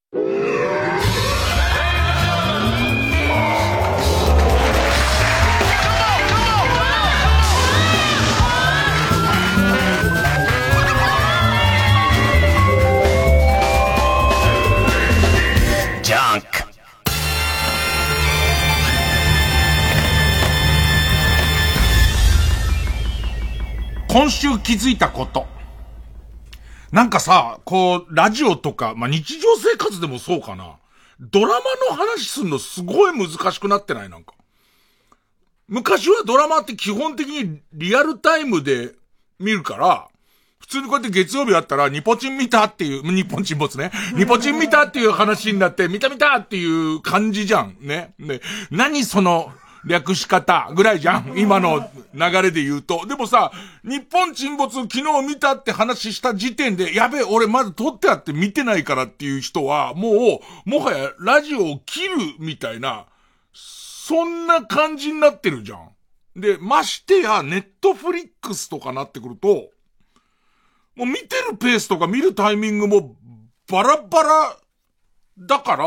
今週気づいたこと。なんかさ、こう、ラジオとか、日常生活でもそうかな。ドラマの話すんのすごい難しくなってない？なんか。昔はドラマって基本的にリアルタイムで見るから、普通にこうやって月曜日あったら、ニポチン見たっていう、日本沈没ね。ニポチン見たっていう話になって、見たっていう感じじゃん。ね。ね。何その、略し方ぐらいじゃん今の流れで言うと。でもさ、日本沈没昨日見たって話した時点で、やべえ、俺まだ撮ってあって見てないからっていう人は、もはやラジオを切るみたいな、そんな感じになってるじゃん。で、ましてや、ネットフリックスとかなってくると、もう見てるペースとか見るタイミングもバラバラだから、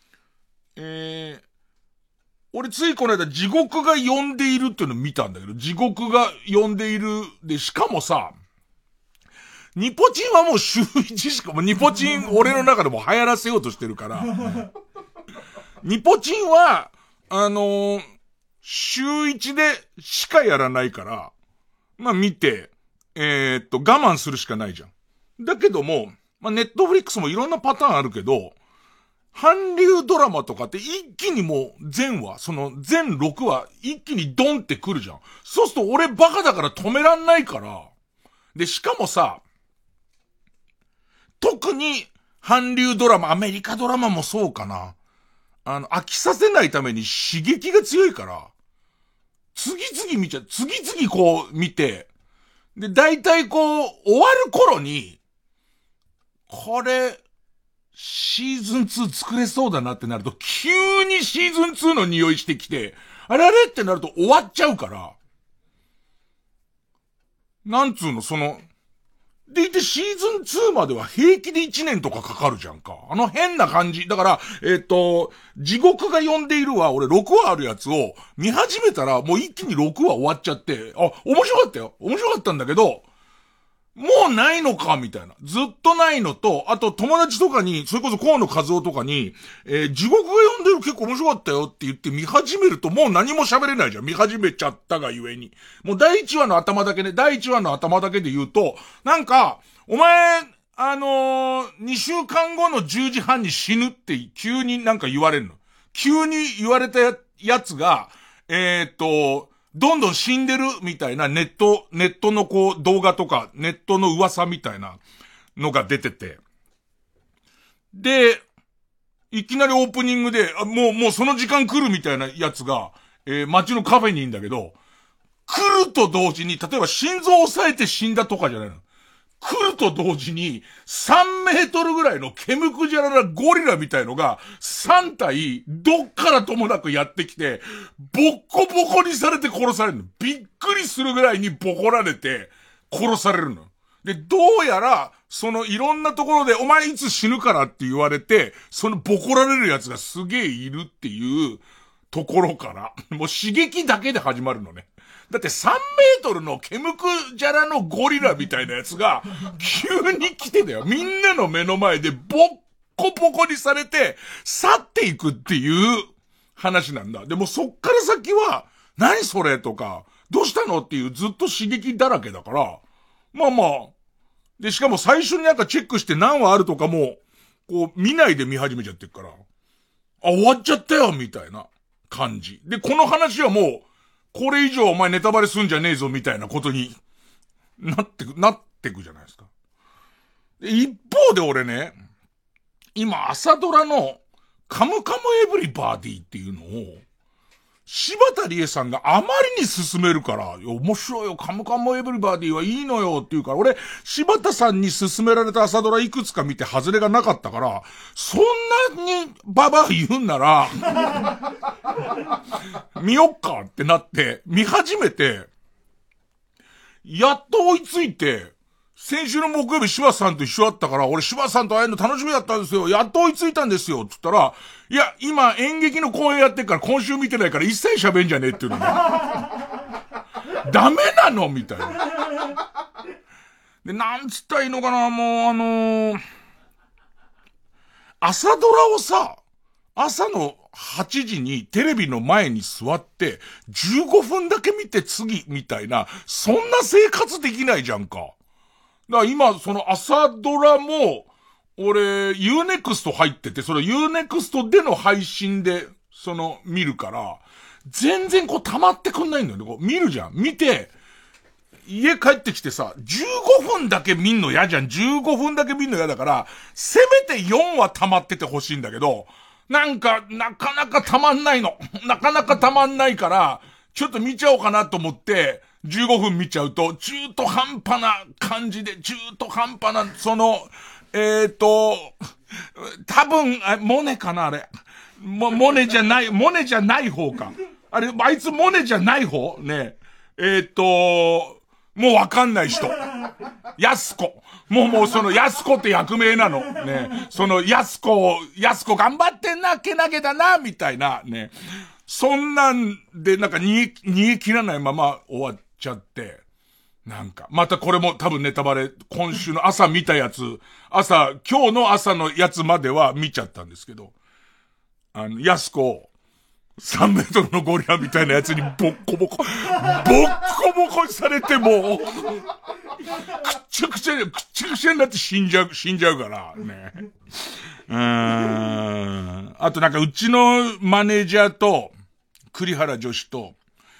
俺ついこの間地獄が呼んでいるっていうのを見たんだけど、地獄が呼んでいるで、しかもさ、ニポチンはもう週1しかも、ニポチン俺の中でも流行らせようとしてるから、ニポチンは、週1でしかやらないから、見て、我慢するしかないじゃん。だけども、ネットフリックスもいろんなパターンあるけど、韓流ドラマとかって一気にもう全6話一気にドンってくるじゃん。そうすると俺バカだから止めらんないから。で、しかもさ、特に韓流ドラマ、アメリカドラマもそうかな。飽きさせないために刺激が強いから、次々こう見て、で、大体こう、終わる頃に、これ、シーズン2作れそうだなってなると、急にシーズン2の匂いしてきて、あれってなると終わっちゃうから、なんつうの、でいてシーズン2までは平気で1年とかかかるじゃんか。変な感じ。だから、地獄が呼んでいるは、俺6話あるやつを見始めたら、もう一気に6話終わっちゃって、面白かったよ。面白かったんだけど、もうないのかみたいな。ずっとないのと、あと友達とかに、それこそ河野和夫とかに、地獄が呼んでる結構面白かったよって言って見始めるともう何も喋れないじゃん。見始めちゃったがゆえに。もう第1話の頭だけで言うと、なんか、お前、2週間後の10時半に死ぬって急になんか言われるの。急に言われたやつが、どんどん死んでるみたいなネットのこう動画とかネットの噂みたいなのが出てて。で、いきなりオープニングで、もうその時間来るみたいなやつが、街のカフェにいんだけど、来ると同時に、例えば心臓を押さえて死んだとかじゃないの。来ると同時に、3メートルぐらいのケムクジャラなゴリラみたいのが、3体、どっからともなくやってきて、ボッコボコにされて殺されるの。びっくりするぐらいにボコられて、殺されるの。で、どうやら、いろんなところで、お前いつ死ぬからって言われて、ボコられるやつがすげえいるっていうところから、もう刺激だけで始まるのね。だって3メートルのケムクジャラのゴリラみたいなやつが、急に来てたよ。みんなの目の前でボッコボコにされて、去っていくっていう話なんだ。でもそっから先は、何それとか、どうしたのっていうずっと刺激だらけだから、で、しかも最初になんかチェックして何話あるとかも、こう見ないで見始めちゃってるから、終わっちゃったよみたいな感じ。で、この話はもう、これ以上お前ネタバレすんじゃねえぞみたいなことになってくじゃないですか。で、一方で俺ね、今朝ドラのカムカムエブリバディっていうのを、柴田理恵さんがあまりに進めるから、面白いよ、カムカムエブリバディはいいのよって言うから、俺、柴田さんに進められた朝ドラいくつか見て外れがなかったから、そんなにババア言うんなら、見よっかってなって、見始めて、やっと追いついて、 先週の木曜日柴田さんと一緒だったから、俺柴田さんと会えるの楽しみだったんですよ。やっと追いついたんですよ。つったら、いや、今演劇の公演やってるから今週見てないから一切喋んじゃねえっていうのね。ダメなのみたいな。で、なんつったらいいのかな、もう朝ドラをさ、朝の8時にテレビの前に座って15分だけ見て次みたいな、そんな生活できないじゃんか。だから今その朝ドラも俺 Unext 入ってて、それ Unext での配信で見るから全然こう溜まってくんないんだよね。こう見るじゃん。見て家帰ってきてさ、15分だけ見んの嫌じゃん。15分だけ見んの嫌だから、せめて4は溜まっててほしいんだけど、なんか、なかなか溜まんないの。なかなか溜まんないから、ちょっと見ちゃおうかなと思って、15分見ちゃうと、中途半端な感じで、中途半端な、多分、モネかなあれ。モネじゃない方か。あれ、あいつモネじゃない方ね。もうわかんない人。やすこ。もうそのやすこって役名なの。ね。やすこ頑張ってんな、けなげだな、みたいな、ね。そんなんで、なんか逃げ切らないまま終わっちゃって。なんか、またこれも多分ネタバレ、今週の朝見たやつ、今日の朝のやつまでは見ちゃったんですけど、やすこ、3メートルのゴリラみたいなやつにボッコボコにされても、くっちゃくちゃになって死んじゃうからね。あとなんかうちのマネージャーと、栗原女子と、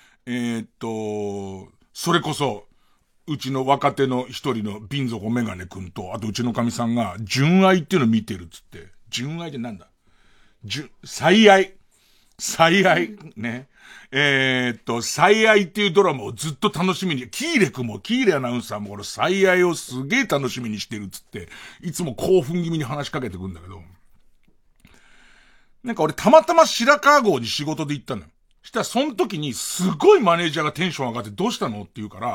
それこそ、うちの若手の一人の瓶底メガネくんと、あとうちのかみさんが、純愛っていうの見てるっつって、純愛ってなんだ？最愛。ね。最愛っていうドラマをずっと楽しみに、キーレアナウンサーもこれ最愛をすげえ楽しみにしてるっつって、いつも興奮気味に話しかけてくんだけど、なんか俺たまたま白川郷に仕事で行ったのよ。したらその時にすごいマネージャーがテンション上がってどうしたのって言うから、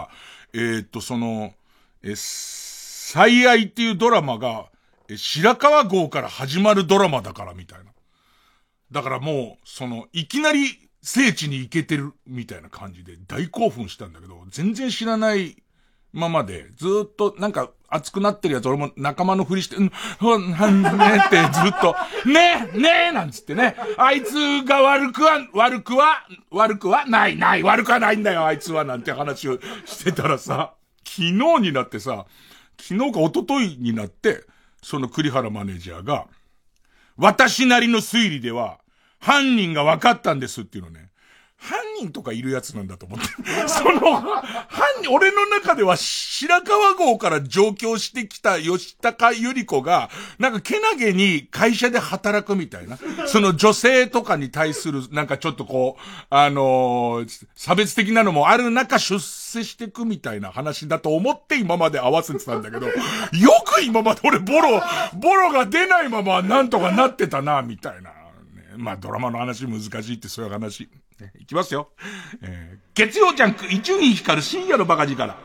最愛っていうドラマが、白川郷から始まるドラマだからみたいな。だからもう、いきなり聖地に行けてるみたいな感じで大興奮したんだけど、全然知らないままで、ずーっとなんか熱くなってるやつ俺も仲間のふりして、ねってずっと、ねえなんつってね、あいつが悪くはないんだよあいつはなんて話をしてたらさ、昨日になってさ、昨日か一昨日になって、その栗原マネージャーが、私なりの推理では、犯人が分かったんですっていうのね。犯人とかいるやつなんだと思って。俺の中では白川郷から上京してきた吉高由里子が、なんかけなげに会社で働くみたいな。その女性とかに対する、なんかちょっとこう、差別的なのもある中出世してくみたいな話だと思って今まで合わせてたんだけど、よく今まで俺ボロが出ないままなんとかなってたな、みたいな。まあドラマの話難しいってそういう話。いきますよ。月曜ジャンク伊集院光る深夜のバカ力。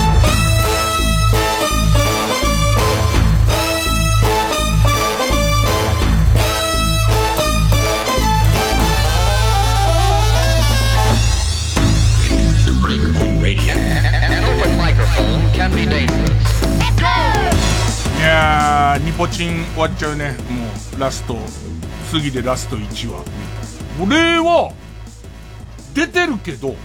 いやー、ニポチン終わっちゃうね。もうラスト、次でラスト1話。俺は出てるけど、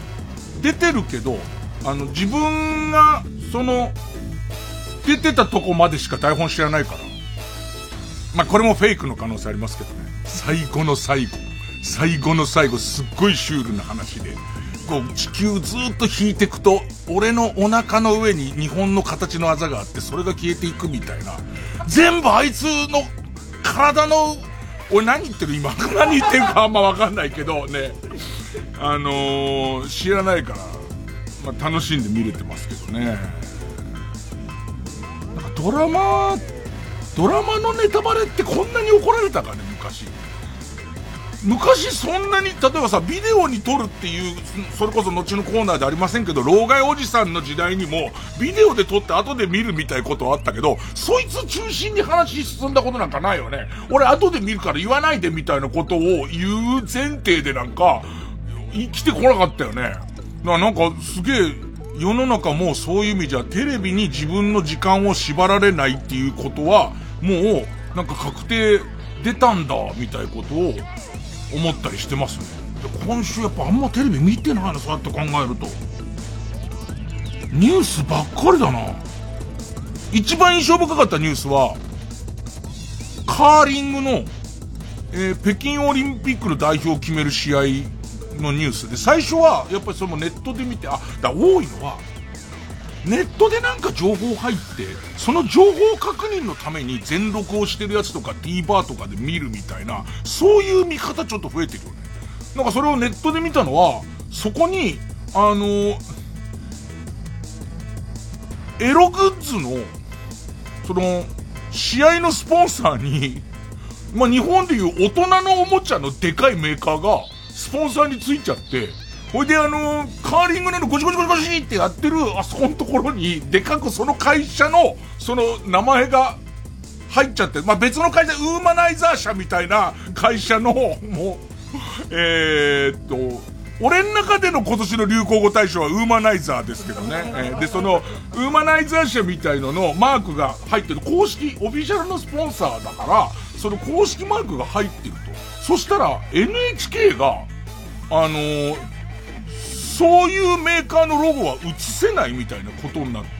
自分が、出てたとこまでしか台本知らないから。まあ、これもフェイクの可能性ありますけどね。最後の最後、すっごいシュールな話で、こう、地球ずっと引いてくと、俺のお腹の上に日本の形のあざがあって、それが消えていくみたいな。全部あいつの体の、俺何言ってる今。何言ってるかあんまわかんないけどね。知らないから、まあ、楽しんで見れてますけどね。なんかドラマのネタバレってこんなに怒られたかね、昔。 昔そんなに、例えばさ、ビデオに撮るっていう、それこそ後のコーナーでありませんけど、老害おじさんの時代にも、ビデオで撮って後で見るみたいなことはあったけど、そいつ中心に話進んだことなんかないよね。俺後で見るから言わないでみたいなことを言う前提でなんか、生きてこなかったよね。なんかすげえ、世の中もそういう意味じゃ、テレビに自分の時間を縛られないっていうことは、もう、なんか確定出たんだ、みたいなことを、思ったりしてますね。今週やっぱあんまテレビ見てないの、そうやって考えると。ニュースばっかりだな。一番印象深かったニュースは、カーリングの、北京オリンピックの代表を決める試合のニュースで、最初はやっぱりそのネットで見て、多いのは、ネットでなんか情報入って、その情報確認のために全録をしてるやつとか TVer とかで見るみたいな、そういう見方ちょっと増えてるよね。なんかそれをネットで見たのは、そこに、エログッズの、その、試合のスポンサーに、まあ、日本でいう大人のおもちゃのでかいメーカーが、スポンサーについちゃって、ほいでカーリングのゴシゴシゴシゴシってやってるあそこのところに、でかくその会社の、その名前が入っちゃって、まあ、別の会社、ウーマナイザー社みたいな会社の、もう、俺の中での今年の流行語大賞はウーマナイザーですけどね。で、その、ウーマナイザー社みたいののマークが入ってる、公式、オフィシャルのスポンサーだから、その公式マークが入ってると。そしたら、NHK が、そういうメーカーのロゴは映せないみたいなことになって、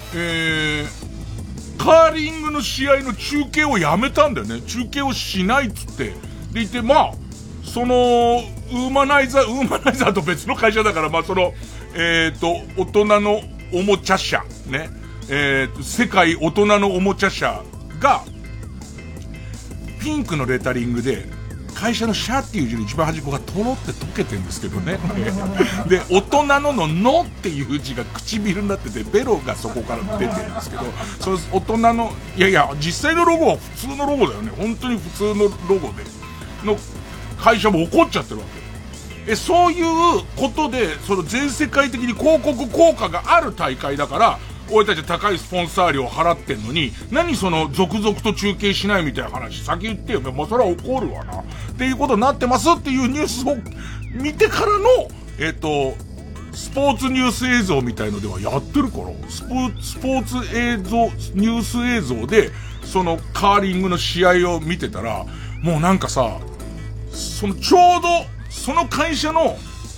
カーリングの試合の中継をやめたんだよね。中継をしないっつって。でいて、まあ、その、ウーマナイザーと別の会社だから、まあその、大人のおもちゃ社、ね。世界大人のおもちゃ社が、ピンクのレタリングで、会社の社っていう字の一番端っこがトロって溶けてるんですけどね。で、大人ののっていう字が唇になってて、ベロがそこから出てるんですけど、その大人の、いやいや、実際のロゴは普通のロゴだよね。本当に普通のロゴで、の会社も怒っちゃってるわけ。そういうことで、その全世界的に広告効果がある大会だから、俺たち高いスポンサー料払ってんのに、何その続々と中継しないみたいな話、先言ってよ。もうそれは怒るわな。っていうことになってますっていうニュースを見てからの、スポーツニュース映像みたいのではやってるから、スポーツ映像、ニュース映像で、そのカーリングの試合を見てたら、もうなんかさ、そのちょうど、その会社の、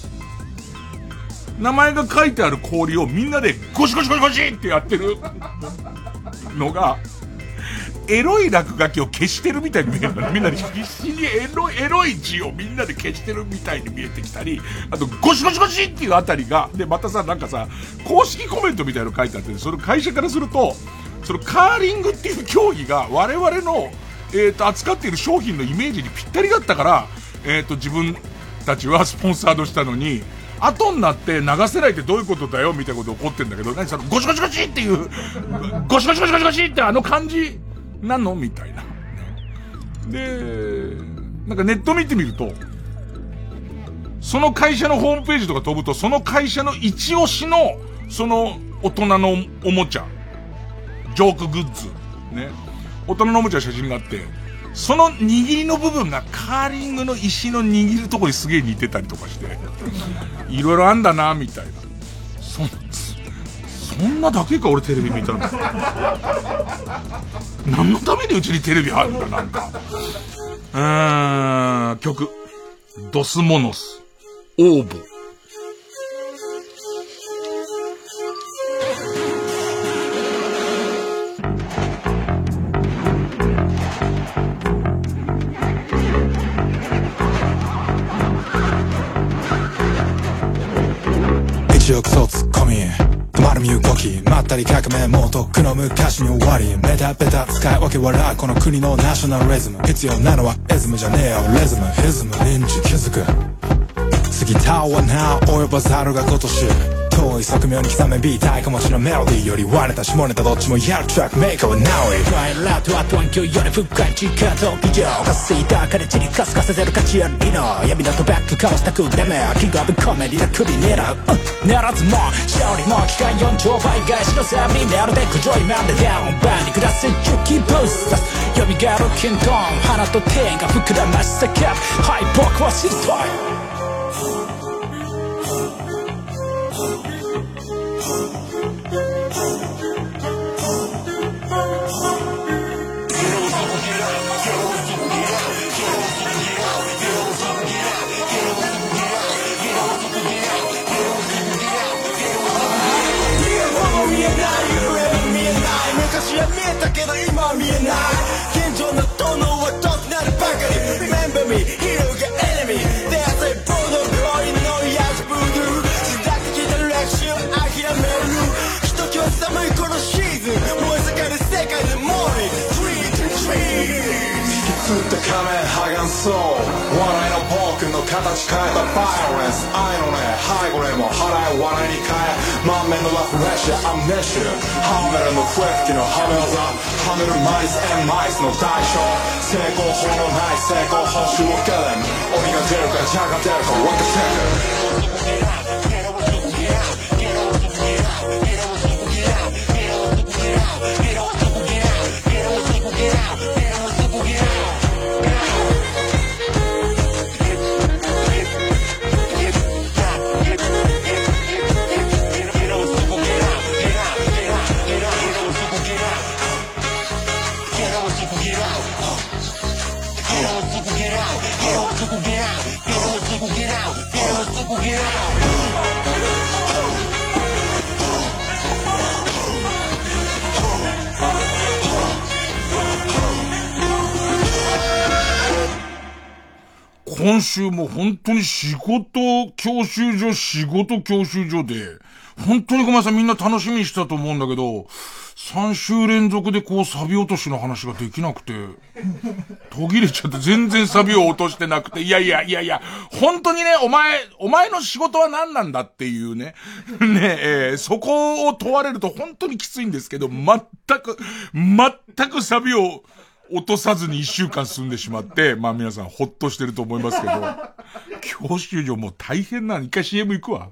名前が書いてある氷をみんなでゴシゴシゴシゴシってやってるのが、エロい落書きを消してるみたいに見えるの。みんなで必死にエロい字をみんなで消してるみたいに見えてきたり、あとゴシゴシゴシっていうあたりが、で、またさ、なんかさ、公式コメントみたいなの書いてあって、その会社からすると、そのカーリングっていう競技が我々の、扱っている商品のイメージにぴったりだったから、自分たちはスポンサードしたのに、後になって流せないってどういうことだよみたいなこと起こってんだけど、何そのゴシゴシゴシっていう、ゴシゴシゴシゴシゴシってあの感じなのみたいな。で、なんかネット見てみると、その会社のホームページとか飛ぶと、その会社の一押しの、その大人のおもちゃ、ジョークグッズ、ね。大人のおもちゃの写真があって、その握りの部分がカーリングの石の握るところにすげえ似てたりとかして、いろいろあんだなみたいな。そんなだけか俺テレビ見たの。何のためにうちにテレビあるんだなんか。曲ドスモノスオーボ。 一億総ツッコミ止まる身動きまったり革命もうとっくの昔に終わりメタベタ使い分け笑うこの国のナショナリズム必要なのはエズムじゃねえよレズムヒズム臨時気づく過ぎたはな及ばざるが今年遠い側面に刻めビータイ小持ちのメロディーより割れた下ネタどっちもやるトラックメーカーは Now it フライラウトはトワンキョより深い時間と美女稼いだ彼地にかすかせぜる価値ありの闇のトバックカウスタクデメキングオブコメディな首狙う狙らずも勝利の機会4兆倍返しのサビになるべくジョイマンでダウンバーに暮らすチョキブースタス蘇るキントン花と天が膨らまし叫ぶはい僕はシストイ昔は見えたけど今は見えない現状の炎は遠くなるばかり Remember me ヒーローがエネミー There's a border boy no yes voodoo 時代的な歴史を諦めるひときわ寒いこのシーズン燃え盛る世界のモーニング Treat 引き継った仮面剥がそう笑いの僕の形変えたバイオレンス愛のね背後でも払い笑いに変え満面のラフレッシュアムネシュハンメルのフレフキのハメ技ハメるマイスマイスの代償成功法のない成功報酬をゲレム鬼が出るかジャが出るか分かってる今週も本当に仕事教習所で、本当にごめんなさいみんな楽しみにしたと思うんだけど、3週連続でこうサビ落としの話ができなくて、途切れちゃって全然サビを落としてなくて、いや、本当にね、お前の仕事は何なんだっていうね、そこを問われると本当にきついんですけど、全くサビを落とさずに1週間進んでしまって、まあ皆さんほっとしてると思いますけど、教習所もう大変なの。一回 CM 行くわ。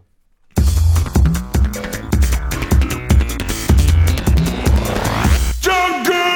ジャングル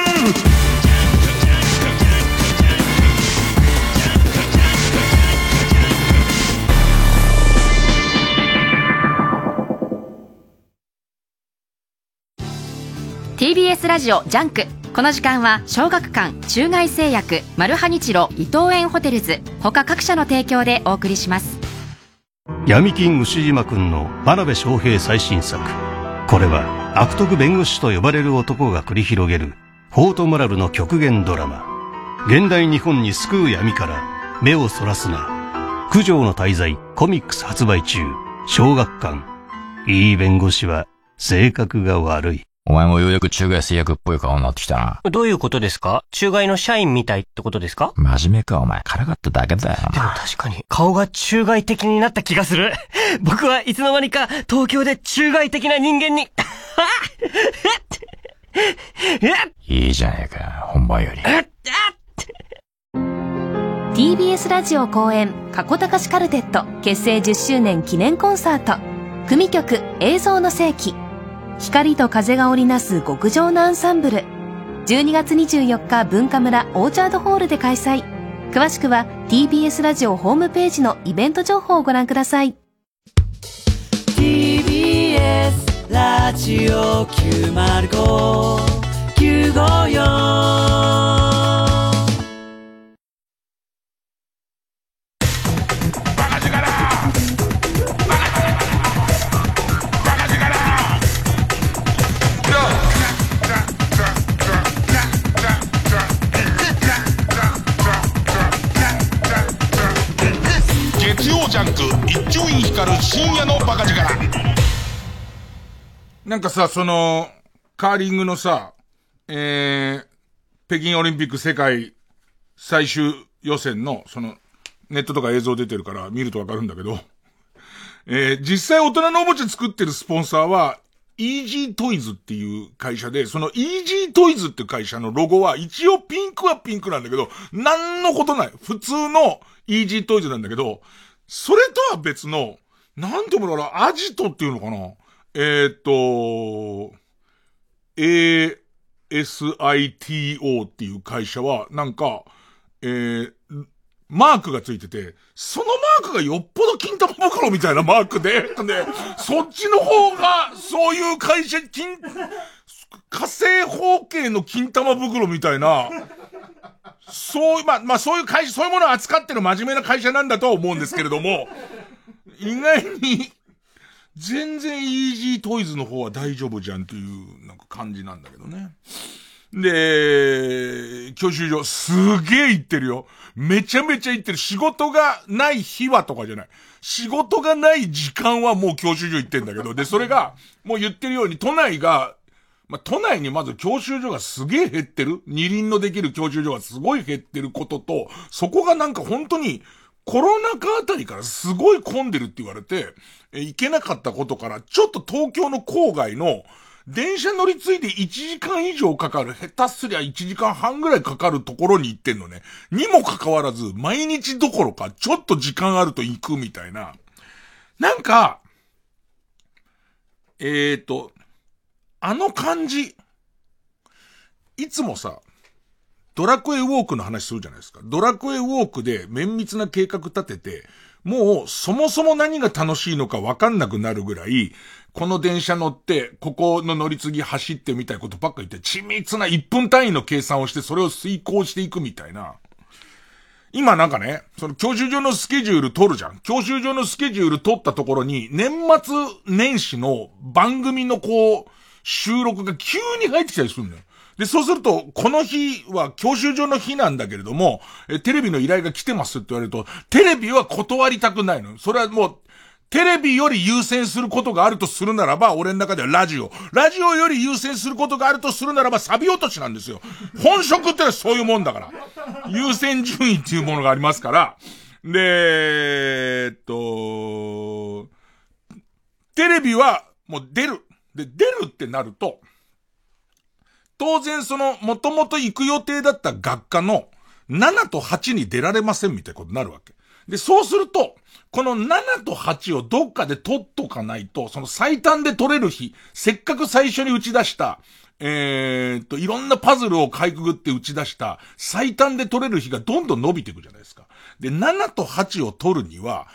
！TBS ラジオジャンク。この時間は小学館、中外製薬、マルハニチロ、伊藤園ホテルズ他各社の提供でお送りします。 闇金牛島くんの真鍋昌平最新作。これは悪徳弁護士と呼ばれる男が繰り広げるフォートモラルの極限ドラマ。現代日本に救う闇から目をそらすな。九条の大罪コミックス発売中。小学館。いい弁護士は性格が悪い。 お前もようやく中外製薬っぽい顔になってきたな。 どういうことですか？中外の社員みたいってことですか？ 真面目かお前。からかっただけだよ。 でも確かに顔が中外的になった気がする。僕はいつの間にか東京で中外的な人間に。 いいじゃねえか、本番より。 TBS ラジオ公演加古隆カルテット結成10周年記念コンサート。組曲映像の世紀。光と風が織りなす極上のアンサンブル。12月24日文化村オーチャードホールで開催。詳しくは TBS ラジオホームページのイベント情報をご覧ください。 TBS ラジオ905954 ジャンク一丁院光る深夜のバカ力。なんかさ、カーリングのさ、北京オリンピック世界最終予選の、ネットとか映像出てるから見るとわかるんだけど、 実際大人のおもちゃ作ってるスポンサーは、イージートイズっていう会社で、そのイージートイズって会社のロゴは一応ピンクはピンクなんだけど、なんのことない。普通のイージートイズなんだけど、それとは別の、なんていうのかな、アジトっていうのかな。ASITO っていう会社は、なんか、マークがついてて、そのマークがよっぽど金玉袋みたいなマークで、そっちの方が、そういう会社、火星方形の金玉袋みたいな、そう、まあ、そういう会社、そういうものを扱ってる真面目な会社なんだとは思うんですけれども、意外に、全然イージートイズの方は大丈夫じゃんという、なんか感じなんだけどね。で、教習所、すげえ行ってるよ。めちゃめちゃ行ってる。仕事がない日はとかじゃない。仕事がない時間はもう教習所行ってんだけど、で、それが、もう言ってるように都内が、都内にまず教習所がすげえ減ってる。二輪のできる教習所がすごい減ってることと、そこがなんか本当にコロナ禍あたりからすごい混んでるって言われて、行けなかったことから、ちょっと東京の郊外の、電車乗り継いで1時間以上かかる、下手すりゃ1時間半ぐらいかかるところに行ってんのね。にもかかわらず、毎日どころか、ちょっと時間あると行くみたいな。なんか、あの感じ。いつもさ、ドラクエウォークの話するじゃないですか。ドラクエウォークで綿密な計画立てて、もうそもそも何が楽しいのか分かんなくなるぐらい、この電車乗って、ここの乗り継ぎ走ってみたいことばっか言って、緻密な1分単位の計算をして、それを遂行していくみたいな。今なんかね、その教習所のスケジュール取るじゃん。教習所のスケジュール取ったところに、年末年始の番組の収録が急に入ってきたりするんだよ。で、そうすると、この日は教習所の日なんだけれども、テレビの依頼が来てますって言われると、テレビは断りたくないの。それはもう、テレビより優先することがあるとするならば、俺の中ではラジオより優先することがあるとするならば、サビ落としなんですよ。本職ってのはそういうもんだから。優先順位っていうものがありますから。で、テレビはもう出る。で、出るってなると、当然もともと行く予定だった学科の7と8に出られませんみたいなことになるわけ。で、そうすると、この7と8をどっかで取っとかないと、その最短で取れる日、せっかく最初に打ち出した、いろんなパズルをかいくぐって打ち出した、最短で取れる日がどんどん伸びていくじゃないですか。で、7と8を取るには、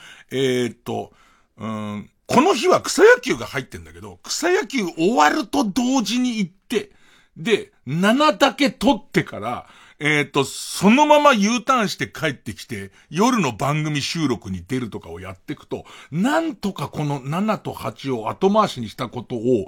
この日は草野球が入ってんだけど、草野球終わると同時に行って、で、7だけ取ってから、そのまま U ターンして帰ってきて、夜の番組収録に出るとかをやっていくと、なんとかこの7と8を後回しにしたことを、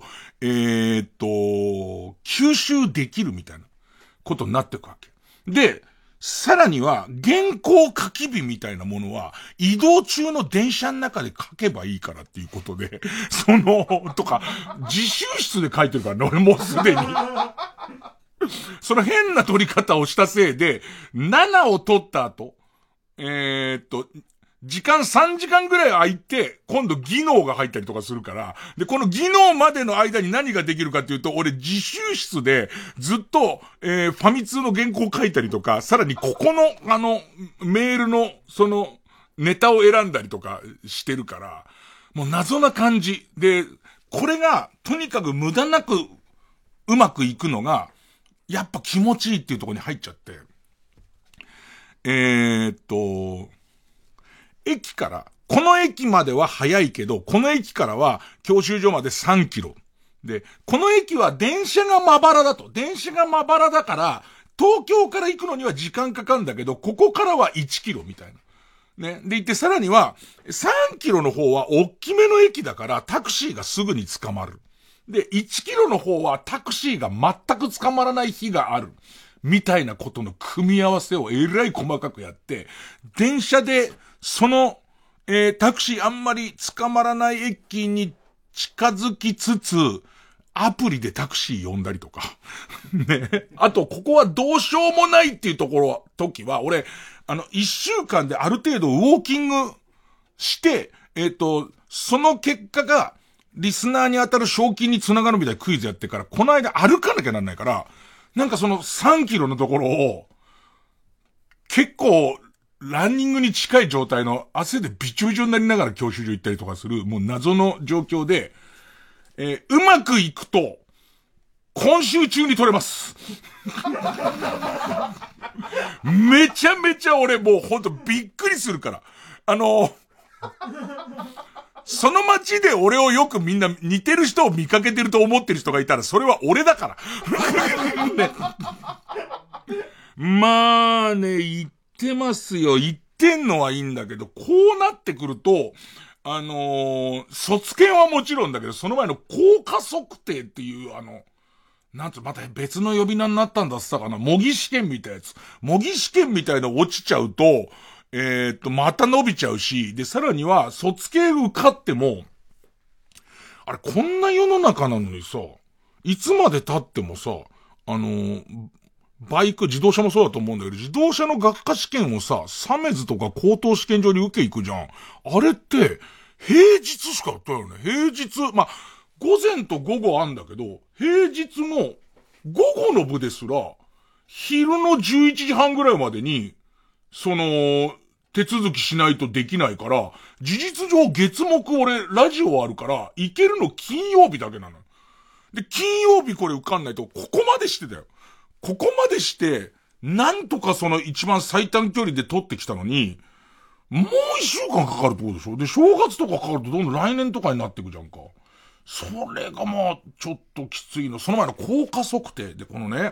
吸収できるみたいなことになっていくわけ。で、さらには、原稿書き日みたいなものは、移動中の電車の中で書けばいいからっていうことで、とか、自習室で書いてるからね、俺もうすでに。その変な取り方をしたせいで、7を取った後、時間3時間ぐらい空いて、今度技能が入ったりとかするから、で、この技能までの間に何ができるかっていうと、俺自習室でずっと、ファミ通の原稿書いたりとか、さらにここの、メールの、ネタを選んだりとかしてるから、もう謎な感じ。で、これが、とにかく無駄なく、うまくいくのが、やっぱ気持ちいいっていうところに入っちゃって、駅から、この駅までは早いけど、この駅からは教習所まで3キロ。で、この駅は電車がまばらだと。電車がまばらだから、東京から行くのには時間かかるんだけど、ここからは1キロみたいな。ね。で、行ってさらには、3キロの方は大きめの駅だから、タクシーがすぐに捕まる。で、1キロの方はタクシーが全く捕まらない日がある。みたいなことの組み合わせをえらい細かくやって、電車で、タクシーあんまり捕まらない駅に近づきつつ、アプリでタクシー呼んだりとか。ね。あと、ここはどうしようもないっていう時は、俺、1週間である程度ウォーキングして、 その結果が、リスナーに当たる賞金につながるみたいなクイズやってから、この間歩かなきゃなんないから、なんかその3キロのところを、結構、ランニングに近い状態の汗でびちょびちょになりながら教習所行ったりとかする、もう謎の状況で、うまくいくと、今週中に取れます。めちゃめちゃ俺もうほんとびっくりするから。その街で俺をよくみんな似てる人を見かけてると思ってる人がいたら、それは俺だから。ね、まあね、言ってますよ。言ってんのはいいんだけど、こうなってくると、卒検はもちろんだけど、その前の効果測定っていう、なんつう、また別の呼び名になったんだっつったかな。模擬試験みたいなやつ。模擬試験みたいな落ちちゃうと、また伸びちゃうし、で、さらには、卒検受かっても、あれ、こんな世の中なのにさ、いつまで経ってもさ、バイク、自動車もそうだと思うんだけど、自動車の学科試験をさ、サメズとか高等試験場に受け行くじゃん。あれって、平日しかやったよね。平日、まあ、午前と午後あんだけど、平日の午後の部ですら、昼の11時半ぐらいまでに、手続きしないとできないから、事実上月木俺、ラジオあるから、行けるの金曜日だけなの。で、金曜日これ受かんないと、ここまでしてたよ。ここまでして、なんとかその一番最短距離で取ってきたのに、もう一週間かかるってことでしょ。で、正月とかかかるとどんどん来年とかになっていくじゃんか。それがまあ、ちょっときついの。その前の効果測定で、このね、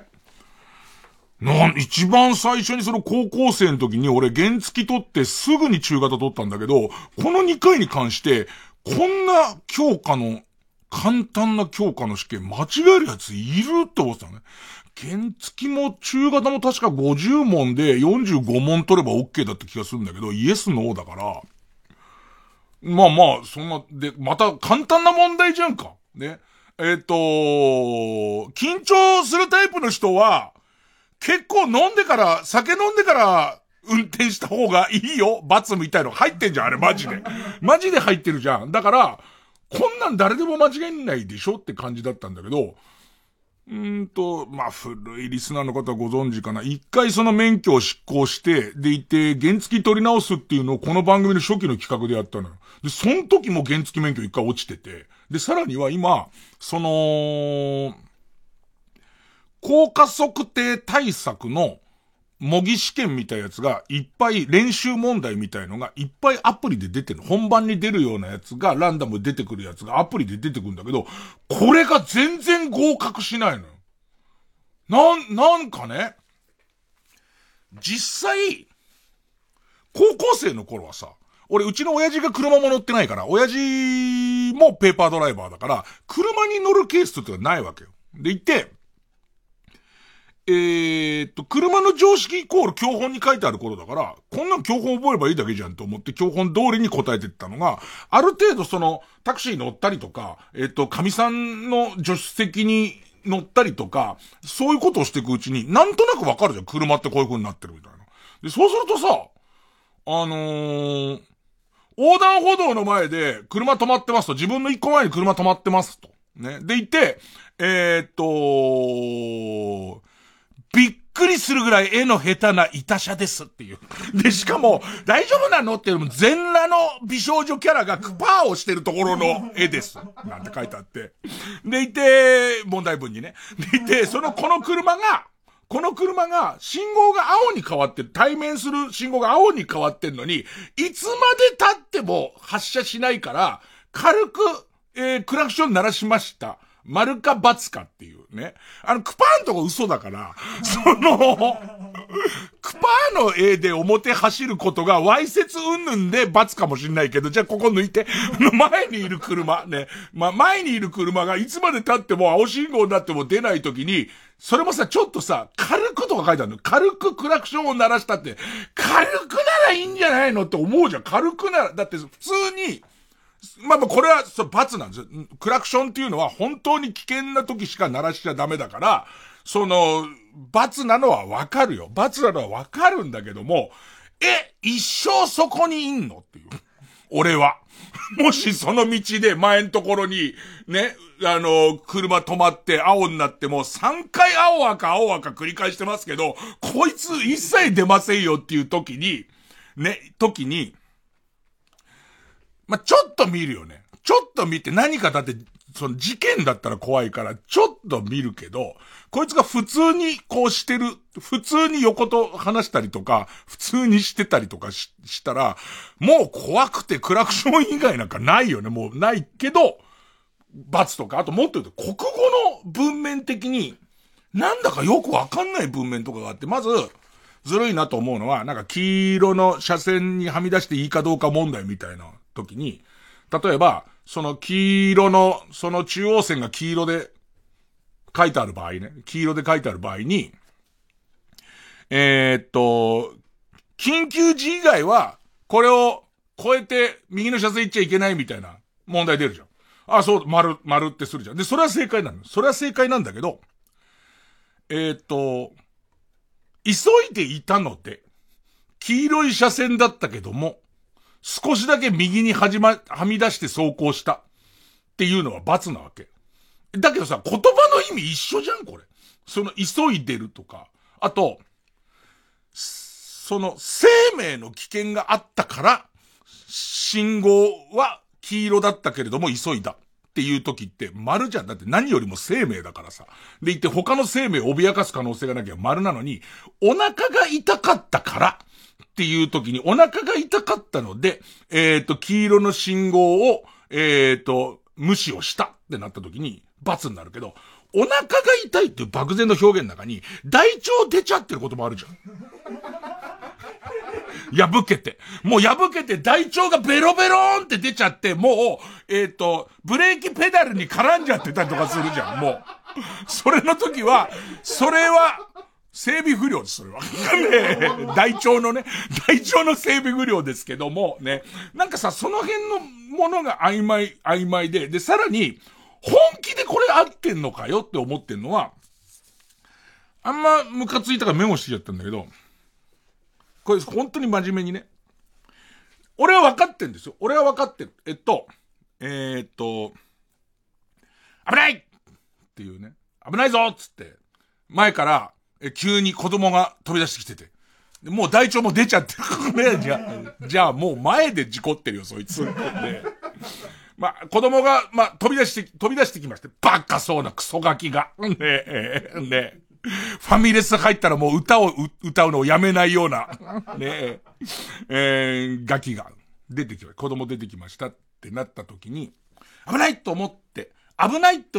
一番最初にその高校生の時に俺原付取ってすぐに中型取ったんだけど、この2回に関して、こんな簡単な教科の試験間違えるやついるって思ってたのね。原付も中型も確か50問で45問取れば OK だった気がするんだけど、イエスノーだから、まあまあ、そんな、で、また簡単な問題じゃんか。ね。緊張するタイプの人は、結構酒飲んでから運転した方がいいよ。罰みたいの入ってんじゃん、あれマジで。マジで入ってるじゃん。だから、こんなん誰でも間違えないでしょって感じだったんだけど、まあ、古いリスナーの方はご存知かな。一回その免許を執行して、でいて、原付取り直すっていうのをこの番組の初期の企画でやったのよ。で、その時も原付免許一回落ちてて、で、さらには今、効果測定対策の模擬試験みたいなやつがいっぱい練習問題みたいのがいっぱいアプリで出てる。本番に出るようなやつがランダムで出てくるやつがアプリで出てくるんだけど、これが全然合格しないのよ。なんかね、実際、高校生の頃はさ、俺うちの親父が車も乗ってないから、親父もペーパードライバーだから、車に乗るケースってのはないわけよ。でいて、車の常識イコール教本に書いてある頃だから、こんなん教本覚えればいいだけじゃんと思って教本通りに答えてったのが、ある程度タクシー乗ったりとか、神さんの助手席に乗ったりとか、そういうことをしていくうちに、なんとなくわかるじゃん。車ってこういう風になってるみたいな。で、そうするとさ、横断歩道の前で車止まってますと、自分の一個前に車止まってますと。ね。でいて、びっくりするぐらい絵の下手な板車ですっていう。で、しかも、大丈夫なのっていうのも全裸の美少女キャラがクパーをしてるところの絵です。なんて書いてあって。でいて、問題文にね。でいて、この車が信号が青に変わってる、対面する信号が青に変わってるのに、いつまで経っても発車しないから、軽く、クラクション鳴らしました。丸か×かっていうね。クパーンとこ嘘だから、クパーの絵で表走ることがわいせつ云々で×かもしんないけど、じゃあここ抜いて、前にいる車ね。前にいる車がいつまで経っても青信号になっても出ないときに、それもさ、ちょっとさ、軽くとか書いてあるの。軽くクラクションを鳴らしたって、軽くならいいんじゃないのって思うじゃん。軽くなら、だって普通に、これは、罰なんですよ。クラクションっていうのは本当に危険な時しか鳴らしちゃダメだから、罰なのはわかるよ。罰なのはわかるんだけども、一生そこにいんのっていう。 俺は。もしその道で前のところに、ね、車止まって青になっても3回青赤繰り返してますけど、こいつ一切出ませんよっていう時に、まあ、ちょっと見るよね。ちょっと見て何かだって、その事件だったら怖いから、ちょっと見るけど、こいつが普通にこうしてる、普通に横と話したりとか、普通にしてたりとかしたら、もう怖くてクラクション以外なんかないよね。もうないけど、罰とか、あともっと言うと国語の文面的に、なんだかよくわかんない文面とかがあって、まず、ずるいなと思うのは、なんか黄色の車線にはみ出していいかどうか問題みたいな時に、例えば、その黄色の、その中央線が黄色で書いてある場合ね。黄色で書いてある場合に、緊急時以外は、これを越えて右の車線行っちゃいけないみたいな問題出るじゃん。あ、そう、丸ってするじゃん。で、それは正解なの。それは正解なんだけど、急いでいたので、黄色い車線だったけども、少しだけ右にはみ出して走行したっていうのは罰なわけ。だけどさ、言葉の意味一緒じゃん、これ。その急いでるとか。あと、その生命の危険があったから、信号は黄色だったけれども急いだっていう時って丸じゃん。だって何よりも生命だからさ。で言って他の生命を脅かす可能性がなきゃ丸なのに、お腹が痛かったから、っていう時にお腹が痛かったので、黄色の信号を、無視をしたってなった時に罰になるけど、お腹が痛いっていう漠然の表現の中に大腸出ちゃってることもあるじゃん。破けて大腸がベロベローンって出ちゃって、もう、ブレーキペダルに絡んじゃってたりとかするじゃん、もう。それの時は、それは、整備不良です、それは。ね、大腸の整備不良ですけども、ね。なんかさ、その辺のものが曖昧で、さらに、本気でこれ合ってんのかよって思ってんのは、あんまムカついたからメモしてちゃったんだけど、これ本当に真面目にね。俺は分かってんですよ。俺は分かってる。危ないっていうね。危ないぞっつって、前から、急に子供が飛び出してきてて。もう大腸も出ちゃってるね。じゃあもう前で事故ってるよ、そいつ。ね、まあ、子供が、まあ、飛び出してきまして、バカそうなクソガキが。ね。ファミレス入ったらもう歌うのをやめないような、ねガキが出てきました。子供出てきましたってなった時に、危ないと思って、危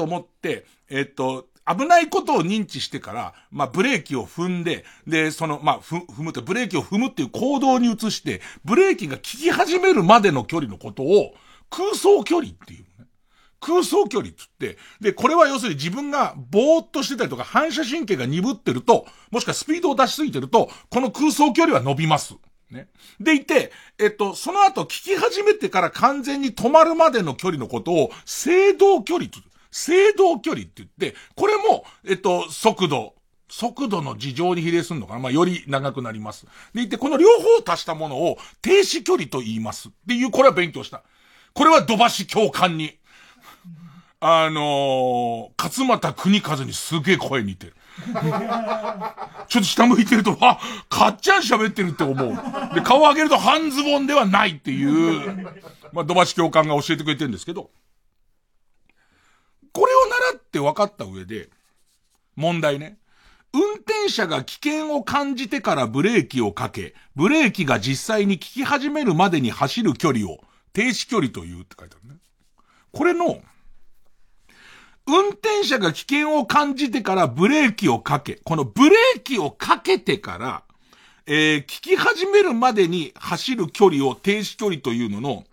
ないことを認知してから、まあ、ブレーキを踏んで、で、ブレーキを踏むっていう行動に移して、ブレーキが効き始めるまでの距離のことを、空想距離っていうね。空想距離って言って、で、これは要するに自分がぼーっとしてたりとか、反射神経が鈍ってると、もしくはスピードを出しすぎてると、この空想距離は伸びます。ね。でいて、その後聞き始めてから完全に止まるまでの距離のことを、制動距離って言って、これも、速度の事情に比例するのかな。まあ、より長くなります。でいて、この両方を足したものを停止距離と言います。っていう、これは勉強した。これは土橋教官に。勝俣国和にすげえ声似てる。ちょっと下向いてると、かっちゃん喋ってるって思う。で、顔上げると半ズボンではないっていう、まあ、土橋教官が教えてくれてるんですけど、これを習って分かった上で、問題ね。運転者が危険を感じてからブレーキをかけ、ブレーキが実際に効き始めるまでに走る距離を停止距離というって書いてあるね。これの、運転者が危険を感じてからブレーキをかけ、このブレーキをかけてから、効き始めるまでに走る距離を停止距離というのの、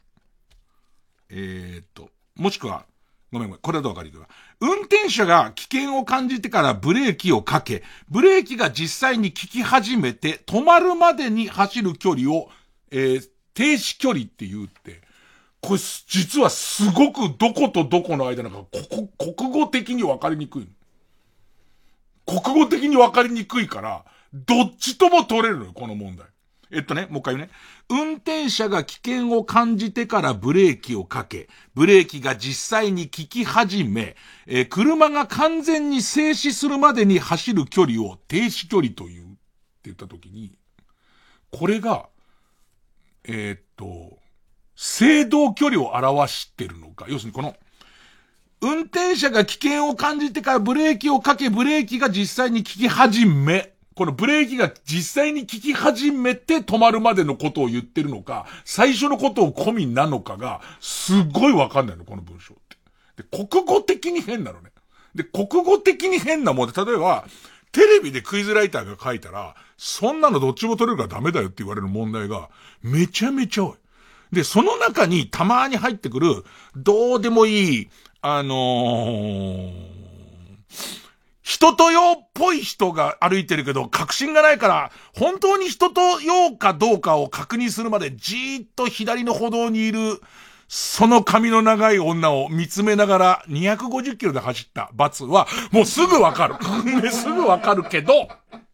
もしくは、ごめん、これだとわかるけど、運転者が危険を感じてからブレーキをかけ、ブレーキが実際に効き始めて止まるまでに走る距離を、停止距離って言うって、これ実はすごくどことどこの間なんか国語的に分かりにくい。国語的に分かりにくいから、どっちとも取れるのよ、この問題。 もう一回ね。運転者が危険を感じてからブレーキをかけ、ブレーキが実際に効き始め、車が完全に静止するまでに走る距離を停止距離というって言ったときに、これが、制動距離を表してるのか。要するにこの、運転者が危険を感じてからブレーキをかけ、ブレーキが実際に効き始め、このブレーキが実際に効き始めて止まるまでのことを言ってるのか、最初のことを込みなのかが、すごいわかんないの、この文章って。で、国語的に変なのね。で、国語的に変なもんで、例えば、テレビでクイズライターが書いたら、そんなのどっちも取れるからダメだよって言われる問題が、めちゃめちゃ多い。で、その中にたまに入ってくる、どうでもいい、人と用っぽい人が歩いてるけど、確信がないから、本当に人と用かどうかを確認するまでじーっと左の歩道にいる、その髪の長い女を見つめながら250キロで走った罰は、もうすぐわかる。すぐわかるけど、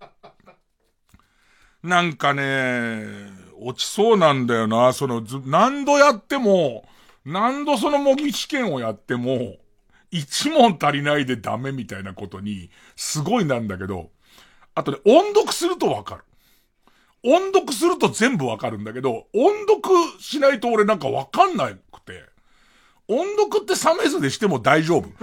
なんかね、落ちそうなんだよな。何度やっても、何度その模擬試験をやっても、1問足りないでダメみたいなことに、すごいなんだけど、あとね、音読するとわかる。音読すると全部わかるんだけど、音読しないと俺なんかわかんなくて、音読って冷めずでしても大丈夫。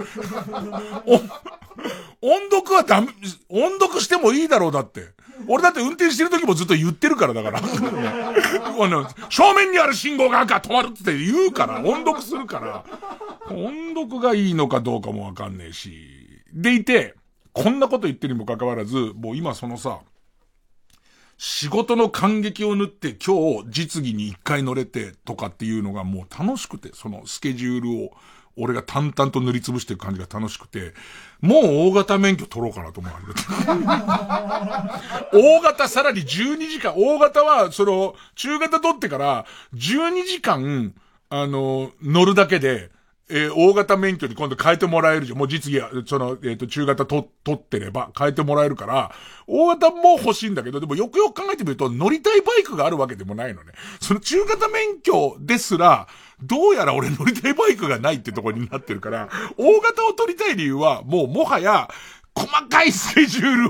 音読はダメ、音読してもいいだろうだって。俺だって運転してる時もずっと言ってるからだから。正面にある信号が赤止まるって言うから、音読するから、音読がいいのかどうかもわかんねえし。でいて、こんなこと言ってるにもかかわらず、もう今そのさ、仕事の感激を縫って今日実技に一回乗れてとかっていうのがもう楽しくて、そのスケジュールを俺が淡々と塗りつぶしていく感じが楽しくて、もう大型免許取ろうかなと思う。大型さらに12時間、大型は中型取ってから12時間、乗るだけで、大型免許に今度変えてもらえるじゃん。もう実技は、中型取ってれば変えてもらえるから、大型も欲しいんだけど、でもよくよく考えてみると乗りたいバイクがあるわけでもないのね。その中型免許ですら、どうやら俺乗りたいバイクがないってところになってるから、大型を取りたい理由は、もはや、細かいスケジュ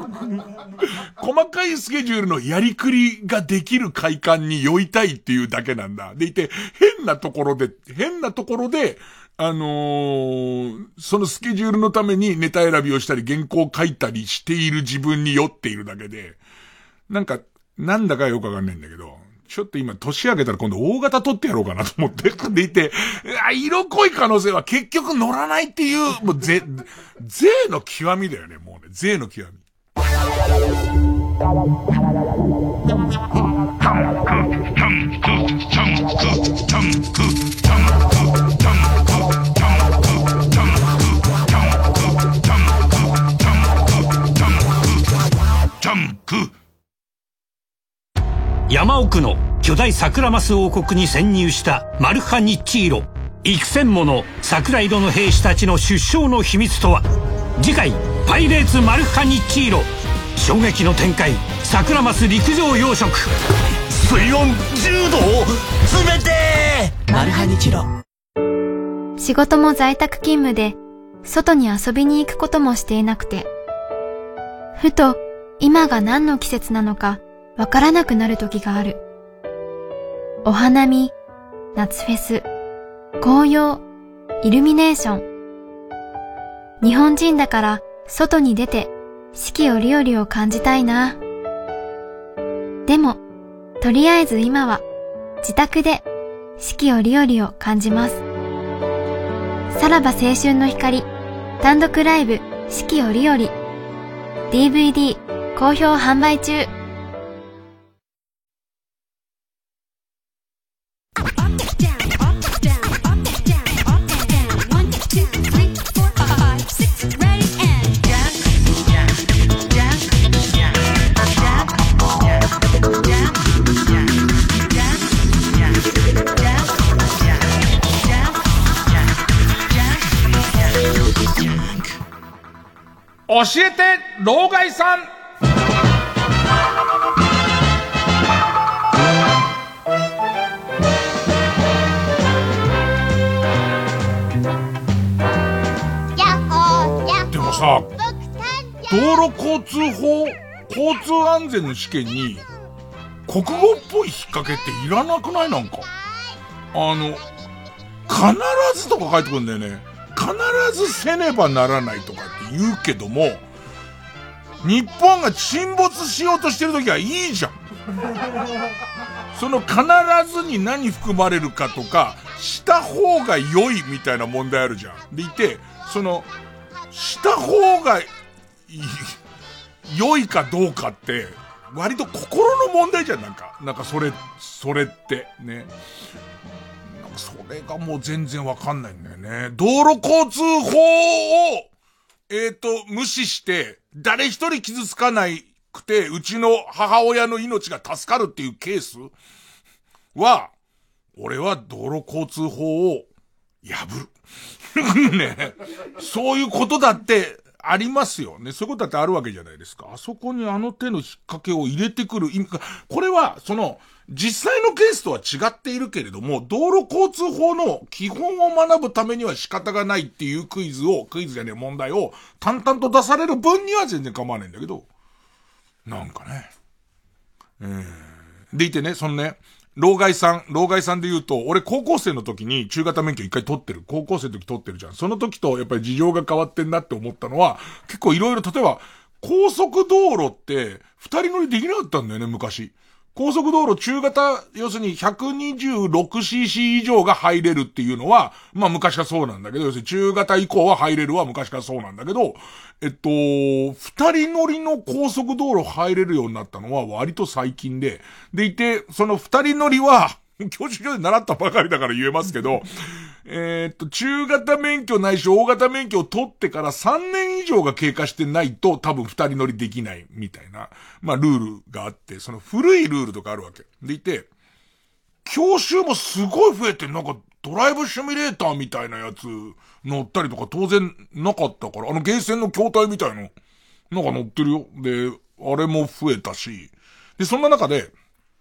ールのやりくりができる快感に酔いたいっていうだけなんだ。でいて、変なところで、そのスケジュールのためにネタ選びをしたり原稿を書いたりしている自分に酔っているだけで、なんだかよくわかんないんだけど、ちょっと今年明けたら今度大型取ってやろうかなと思って。でいて、色濃い可能性は結局乗らないっていう、もう税の極みだよね、もうね。税の極み。 山奥の巨大桜マス王国に潜入したマルハニッチーロ。幾千もの桜色の兵士たちの出生の秘密とは。次回パイレーツマルハニッチーロ。衝撃の展開、桜マス陸上養殖。 水温10度冷てー。マルハニチロ。 仕事も在宅勤務で外に遊びに行くこともしていなくて、ふと今が何の季節なのかわからなくなる時がある。お花見、夏フェス、紅葉、イルミネーション。日本人だから外に出て四季折々を感じたいな。でも、とりあえず今は自宅で四季折々を感じます。さらば青春の光単独ライブ四季折々 DVD 好評販売中。 教えて老害さん。 道路交通法、交通安全の試験に、国語っぽい引っ掛けっていらなくない？なんか。必ずとか書いてくるんだよね。必ずせねばならないとかって言うけども、日本が沈没しようとしてるときはいいじゃん。その必ずに何含まれるかとか、した方が良いみたいな問題あるじゃん。でいて、した方が良いかどうかって、割と心の問題じゃん、なんかそれってね。なんかそれがもう全然わかんないんだよね。道路交通法を、無視して、誰一人傷つかないくて、うちの母親の命が助かるっていうケースは、俺は道路交通法を破る。ね。そういうことだってありますよね。そういうことだってあるわけじゃないですか。あそこにあの手の引っ掛けを入れてくる意味か。これは、実際のケースとは違っているけれども、道路交通法の基本を学ぶためには仕方がないっていう問題を淡々と出される分には全然構わないんだけど、なんかね。でいてね、老害さんで言うと、俺高校生の時に中型免許一回取ってる。高校生の時取ってるじゃん。その時とやっぱり事情が変わってんなって思ったのは、結構いろいろ、例えば、高速道路って二人乗りできなかったんだよね、昔。高速道路中型、要するに 126cc 以上が入れるっていうのは、まあ昔からそうなんだけど、要するに中型以降は入れるは昔からそうなんだけど、二人乗りの高速道路入れるようになったのは割と最近で、でいて、その二人乗りは、教習所で習ったばかりだから言えますけど、中型免許ないし大型免許を取ってから3年以上が経過してないと多分二人乗りできないみたいな、まあルールがあって、その古いルールとかあるわけ。でいて、教習もすごい増えて、なんかドライブシミュレーターみたいなやつ乗ったりとか当然なかったから、ゲーセンの筐体みたいの、なんか乗ってるよ。で、あれも増えたし、で、そんな中で、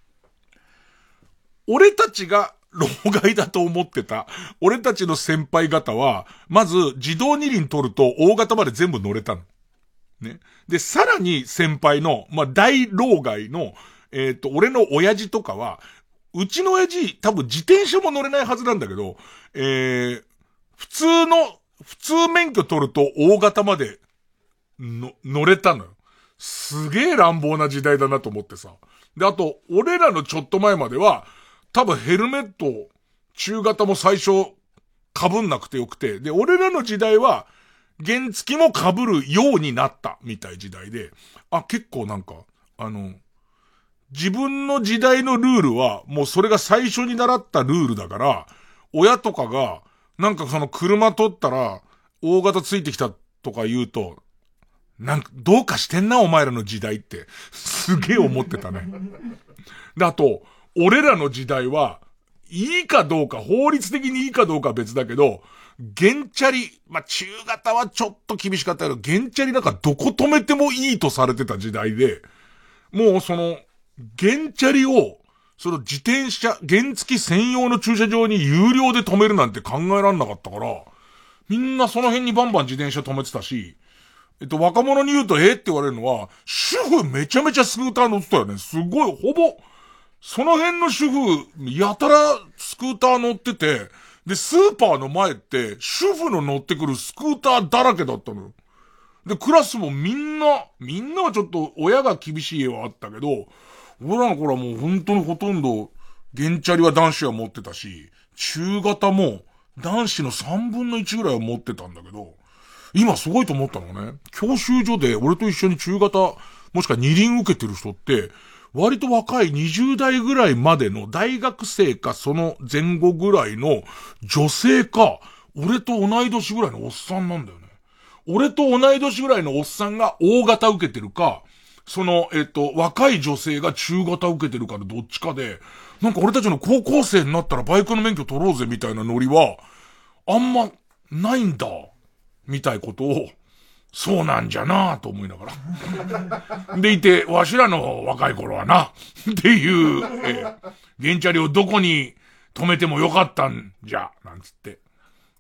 俺たちが老害だと思ってた、俺たちの先輩方は、まず自動二輪取ると大型まで全部乗れたの。ね。で、さらに先輩の、まあ、大老害の、俺の親父とかは、うちの親父多分自転車も乗れないはずなんだけど、普通免許取ると大型まで乗れたのよ。すげえ乱暴な時代だなと思ってさ。で、あと、俺らのちょっと前までは、多分ヘルメット、中型も最初、被んなくてよくて。で、俺らの時代は、原付も被るようになった、みたい時代で。結構なんか、自分の時代のルールは、もうそれが最初に習ったルールだから、親とかが、なんか車取ったら、大型ついてきたとか言うと、なんか、どうかしてんな、お前らの時代って、すげえ思ってたね。で、あと、俺らの時代は、いいかどうか、法律的にいいかどうかは別だけど、原チャリ、まあ、中型はちょっと厳しかったけど、原チャリなんかどこ止めてもいいとされてた時代で、もう原チャリを、自転車、原付専用の駐車場に有料で止めるなんて考えらんなかったから、みんなその辺にバンバン自転車止めてたし、若者に言うとって言われるのは、主婦めちゃめちゃスクーター乗ってたよね。すごい、ほぼ、その辺の主婦、やたらスクーター乗ってて、で、スーパーの前って、主婦の乗ってくるスクーターだらけだったのよ。で、クラスもみんなはちょっと親が厳しい家はあったけど、俺らの頃はもう本当にほとんど、原チャリは男子は持ってたし、中型も男子の3分の1ぐらいは持ってたんだけど、今すごいと思ったのね。教習所で俺と一緒に中型、もしくは二輪受けてる人って、割と若い20代ぐらいまでの大学生かその前後ぐらいの女性か、俺と同い年ぐらいのおっさんなんだよね。俺と同い年ぐらいのおっさんが大型受けてるか、若い女性が中型受けてるかのどっちかで、なんか俺たちの高校生になったらバイクの免許取ろうぜみたいなノリは、あんまないんだ、みたいことを、そうなんじゃなぁと思いながら。でいて、わしらの若い頃はな、っていう、原チャリをどこに止めてもよかったんじゃ、なんつって。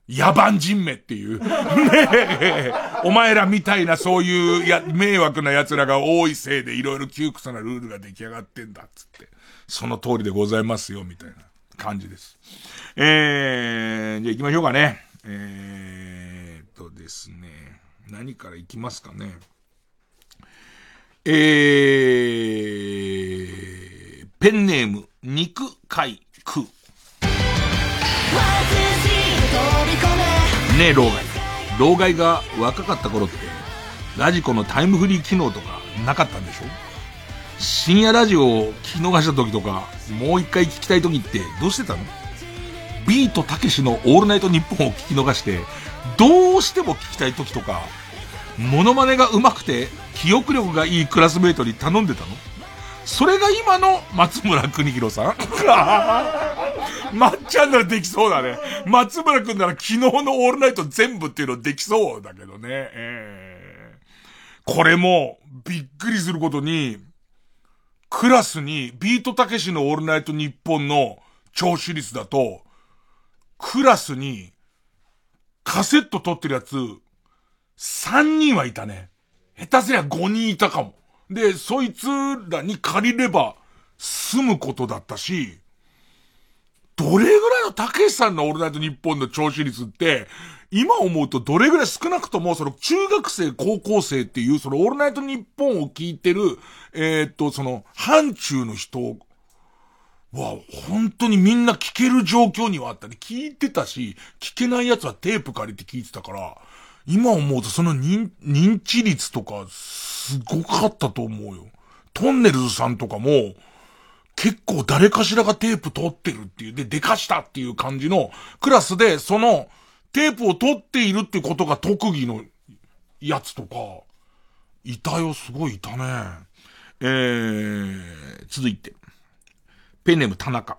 野蛮人名っていう。お前らみたいなそういう迷惑な奴らが多いせいでいろいろ窮屈なルールが出来上がってんだっつって。その通りでございますよ、みたいな感じです。じゃあ行きましょうかね。ですね。何から行きますかね。ペンネーム、肉海空。ねえ、老害が若かった頃って、ラジコのタイムフリー機能とかなかったんでしょ？深夜ラジオを聞き逃した時とか、もう一回聞きたい時ってどうしてたの？ビートたけしのオールナイトニッポンを聞き逃して、どうしても聞きたい時とか、モノマネが上手くて記憶力がいいクラスメイトに頼んでたの？それが今の松村邦弘さんまっちゃんならできそうだね。松村くんなら昨日のオールナイト全部っていうのできそうだけどね。これもびっくりすることに、クラスにビートたけしのオールナイトニッポンの聴取率だと、クラスにカセット撮ってるやつ3人はいたね。下手すりゃ5人いたかも。で、そいつらに借りれば済むことだったし、どれぐらいのたけしさんのオールナイトニッポンの聴取率って、今思うとどれぐらい少なくともその中学生高校生っていうそのオールナイトニッポンを聞いてる、その範疇の人は本当にみんな聞ける状況にはあったね。聞いてたし、聞けないやつはテープ借りて聞いてたから、今思うとその認知率とかすごかったと思うよ。トンネルズさんとかも結構誰かしらがテープ取ってるっていう、でかしたっていう感じのクラスでそのテープを取っているってことが特技のやつとか、いたよ、すごいいたね。続いて。ペンネーム田中。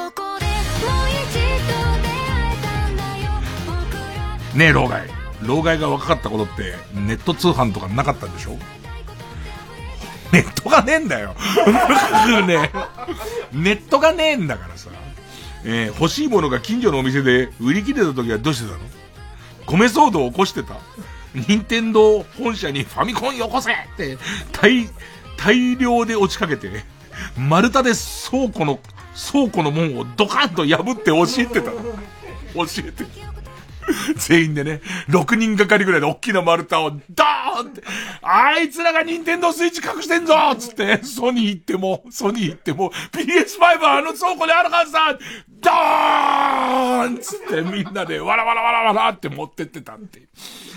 ねえ、老害が若かった頃ってネット通販とかなかったんでしょ？ネットがねえんだよ。ね、ネットがねえんだからさ。欲しいものが近所のお店で売り切れた時はどうしてたの？米騒動を起こしてた？任天堂本社にファミコンよこせって大量で落ちかけて、丸太で倉庫の門をドカンと破って教えてたの。教えて。全員でね、6人がかりぐらいで大きな丸太をドーンって、あいつらがニンテンドースイッチ隠してんぞつって、ソニー行っても PS5 はあの倉庫であるはずだドーンつってみんなでわらわらって持ってってたって。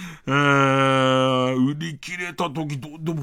売り切れた時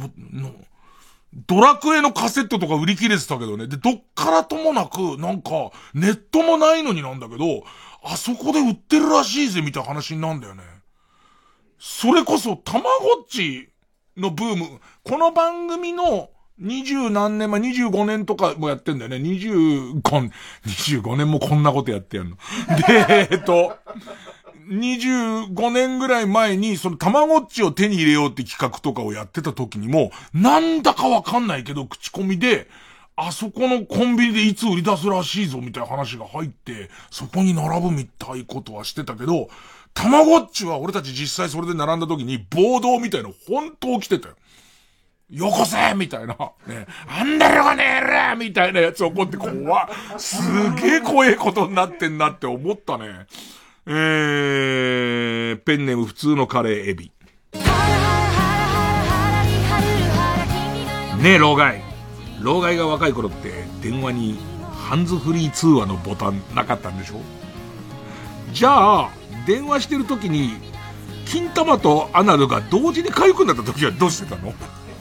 ドラクエのカセットとか売り切れてたけどね。で、どっからともなく、なんか、ネットもないのになんだけど、あそこで売ってるらしいぜみたいな話になんだよね。それこそ、たまごっちのブーム。この番組の20何年前、25年とかもやってんだよね。25年もこんなことやってやるの。で、25年ぐらい前に、そのたまごっちを手に入れようって企画とかをやってた時にも、なんだかわかんないけど、口コミで、あそこのコンビニでいつ売り出すらしいぞみたいな話が入って、そこに並ぶみたいことはしてたけど、たまごっちは俺たち実際それで並んだ時に暴動みたいな本当起きてたよ。よこせみたいな。ね。あんだろがねえらみたいなやつ起こってすげえ怖えことになってんなって思ったね。ペンネーム普通のカレーエビ。ねえ、老害が若い頃って電話にハンズフリー通話のボタンなかったんでしょ？じゃあ電話してる時に金玉とアナルが同時に痒くなった時はどうしてたの？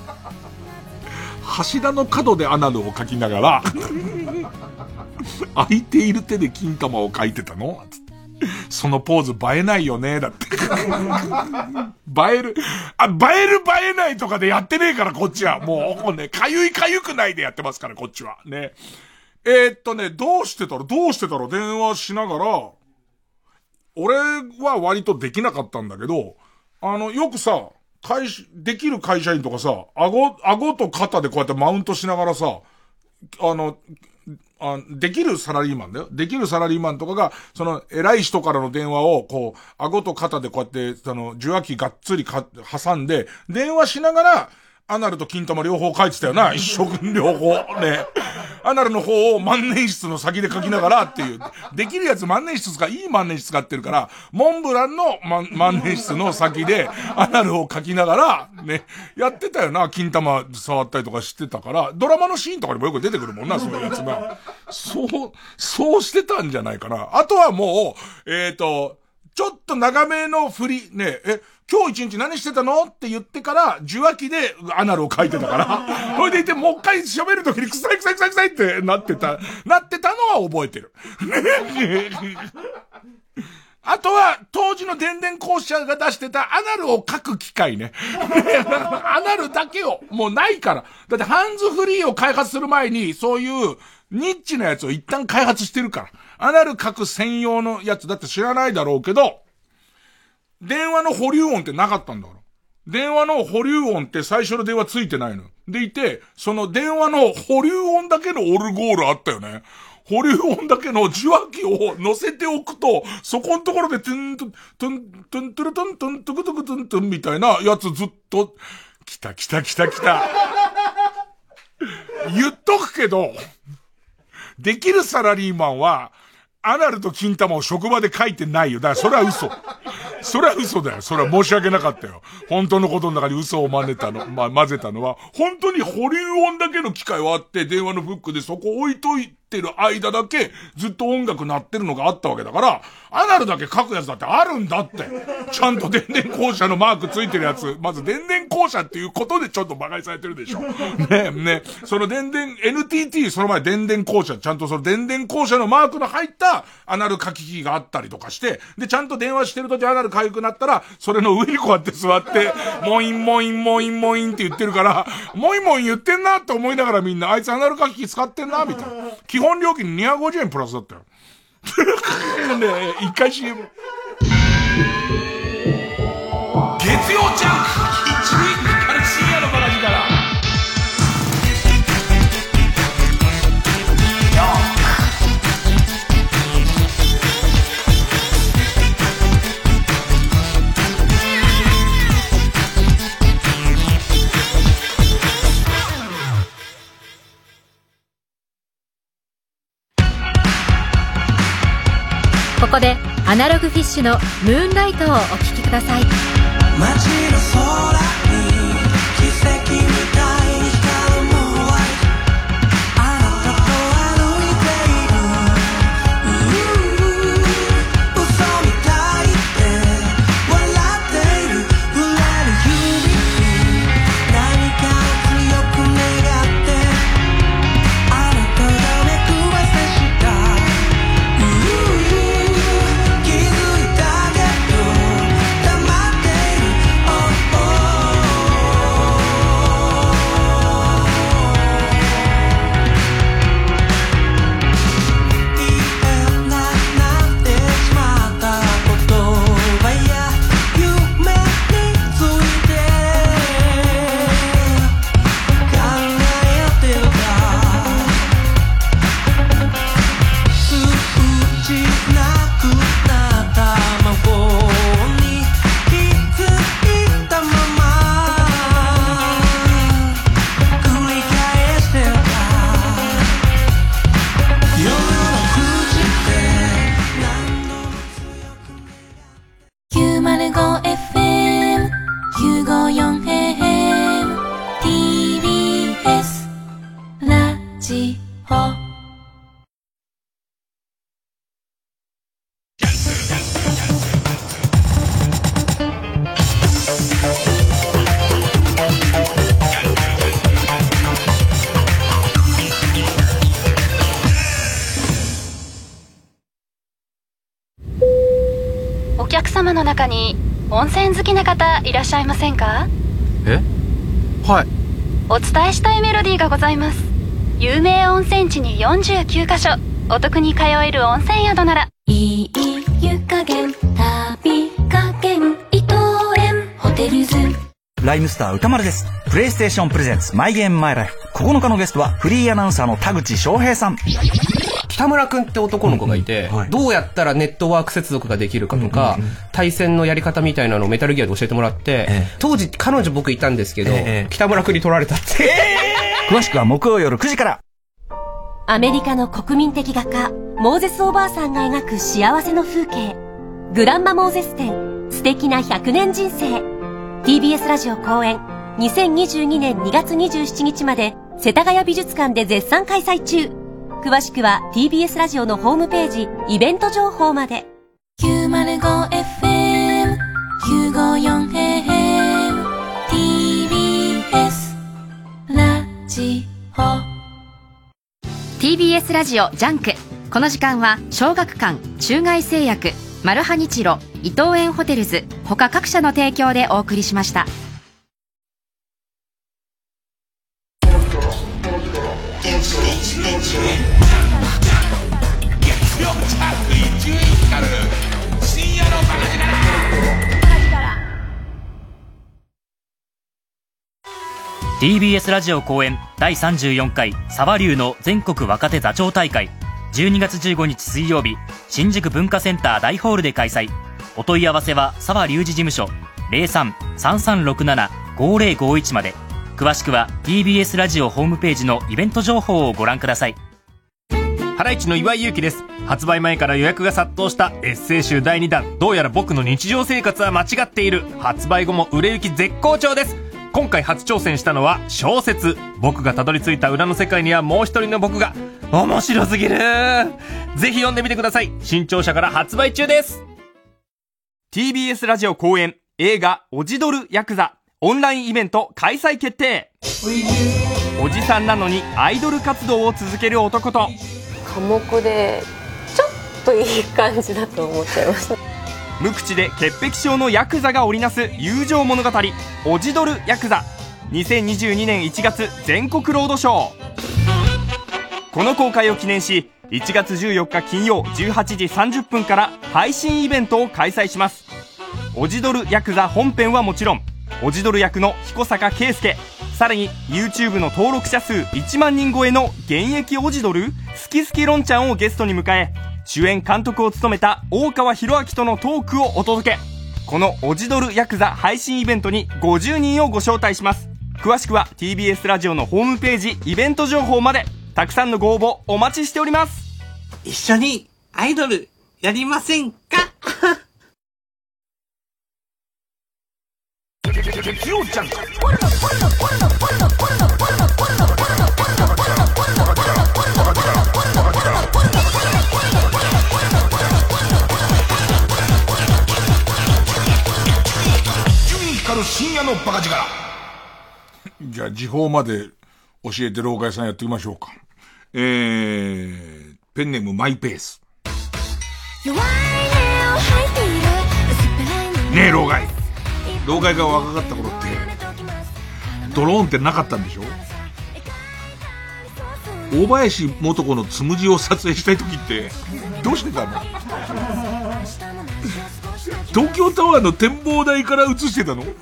柱の角でアナルを描きながら空いている手で金玉を描いてたの？そのポーズ映えないよねだって。映える映えないとかでやってねえからこっちは。もうね、かゆくないでやってますからこっちは。ね。どうしてたろ電話しながら、俺は割とできなかったんだけど、よくさ、できる会社員とかさ、顎と肩でこうやってマウントしながらさ、 できるサラリーマンだよ。できるサラリーマンとかが、その、偉い人からの電話を、こう、顎と肩でこうやって、受話器がっつり挟んで、電話しながら、アナルと金玉両方書いてたよな。一生分両方。ね。アナルの方を万年筆の先で書きながらっていう。できるやつ万年筆いい万年筆使ってるから、モンブランの万年筆の先でアナルを書きながら、ね。やってたよな。金玉触ったりとかしてたから、ドラマのシーンとかにもよく出てくるもんな、そういうやつが。そうしてたんじゃないかな。あとはもう、ちょっと長めの振り、ね、今日一日何してたのって言ってから、受話器でアナルを書いてたから、それでいてもう一回喋るときに臭いってなってたのは覚えてる。あとは、当時の電電公社が出してたアナルを書く機械ね。アナルだけを、もうないから。だってハンズフリーを開発する前に、そういうニッチなやつを一旦開発してるから。アナル書く専用のやつだって知らないだろうけど、電話の保留音ってなかったんだから。電話の保留音って最初の電話ついてないの。でいて、その電話の保留音だけのオルゴールあったよね。保留音だけの受話器を乗せておくと、そこのところでトゥントゥントゥントゥントゥルトゥントゥントゥクトゥクトゥントゥンみたいなやつずっと、来た。言っとくけど、できるサラリーマンは、アナルと金玉を職場で書いてないよ。だからそれは嘘。それは嘘だよ。それは申し訳なかったよ。本当のことの中に嘘を混ぜたのは、本当に保留音だけの機械はあって、電話のフックでそこ置いといてる間だけ、ずっと音楽鳴ってるのがあったわけだから、アナルだけ書くやつだってあるんだって。ちゃんと電電公社のマークついてるやつ。まず電電公社っていうことでちょっと馬鹿にされてるでしょ。ね。その電電、NTT その前電電公社、ちゃんとその電電公社のマークの入ったアナル書き機があったりとかして、で、ちゃんと電話してるときアナル痒くなったら、それの上にこうやって座って、モインモインモインモインって言ってるから、モインモイン言ってんなって思いながらみんな、あいつアナル書き機使ってんなみたいな。基本料金250円プラスだったよ。ね一回 CM。月曜ジャンク一味から深夜のバラジから。 ここでアナログフィッシュのムーンライトをお聴きください。 街の空に奇跡みたいに光るムーンライト、あなたと歩いている、嘘みたいって笑っている、触れる指に何かを強く願って、あなたが目くばせした気づいたけど黙っている、 お客様の中に温泉好きな方いらっしゃいませんか？ はい。 お伝えしたいメロディーがございます。有名温泉地に49カ所、お得に通える温泉宿なら、いい湯加減、旅加減、伊藤園ホテルズ。 ライムスター歌丸です。プレイステーションプレゼンツマイゲームマイライフ。9日のゲストはフリーアナウンサーの田口翔平さん。 北村くんって男の子がいて、どうやったらネットワーク接続ができるかとか、対戦のやり方みたいなのをメタルギアで教えてもらって、当時彼女僕いたんですけど、北村くんに取られたって。 詳しくは木曜夜9時から。 アメリカの国民的画家モーゼスおばあさんが描く幸せの風景、グランマモーゼス展素敵な100年人生。 TBS ラジオ公演、2022年2月27日まで世田谷美術館で絶賛開催中。詳しくは TBS ラジオのホームページイベント情報まで。 905FM954AM TBS ラジオ TBS ラジオジャンク。この時間は小学館、中外製薬、マルハニチロ、伊東園ホテルズ他各社の提供でお送りしました。 TBS ラジオ公演第34回サバリューの全国若手座長大会、12月15日水曜日、新宿文化センター大ホールで開催。お問い合わせは沢隆二事務所 03-3367-5051 まで。詳しくは TBS ラジオホームページのイベント情報をご覧ください。 ハライチの岩井勇気です。発売前から予約が殺到したエッセイ集第2弾、どうやら僕の日常生活は間違っている。発売後も売れ行き絶好調です。今回初挑戦したのは小説。僕がたどり着いた裏の世界にはもう一人の僕が。面白すぎる。ぜひ読んでみてください。新潮社から発売中です。 TBS ラジオ公演映画おじどるヤクザオンラインイベント開催決定。おじさんなのにアイドル活動を続ける男と、 寡黙でちょっといい感じだと思っちゃいました。 無口で潔癖症のヤクザが織りなす友情物語おじどるヤクザ、2022年1月全国ロードショー。この公開を記念し1月14日金曜18時30分から配信イベントを開催します。おじどるヤクザ本編はもちろん、おじどる役の彦坂圭介、さらに YouTube の登録者数1万人超えの現役おじどる好き好きロンちゃんをゲストに迎え、主演監督を務めた大川博明とのトークをお届け。このおじどるヤクザ配信イベントに50人をご招待します。詳しくは TBS ラジオのホームページイベント情報まで。たくさんのご応募お待ちしております。 一緒にアイドルやりませんか？ 深夜のバカ力。じゃあ時報まで教えて老害さんやってみましょうか。ペンネームマイペース。ねえ老害が若かった頃ってドローンってなかったんでしょ。大林素子のつむじを撮影したい時ってどうしてたの？東京タワーの展望台から映してたの？教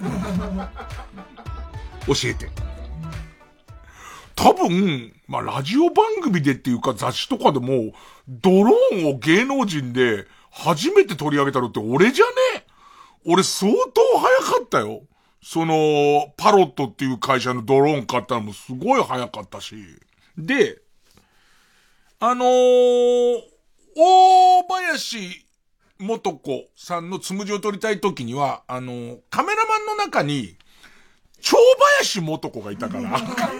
えて。多分、ラジオ番組でっていうか雑誌とかでも、ドローンを芸能人で初めて取り上げたのって俺じゃね？俺相当早かったよ。パロットっていう会社のドローン買ったのもすごい早かったし。で、大林素子さんのつむじを撮りたい時には、カメラマンの中に、超林素子がいたから。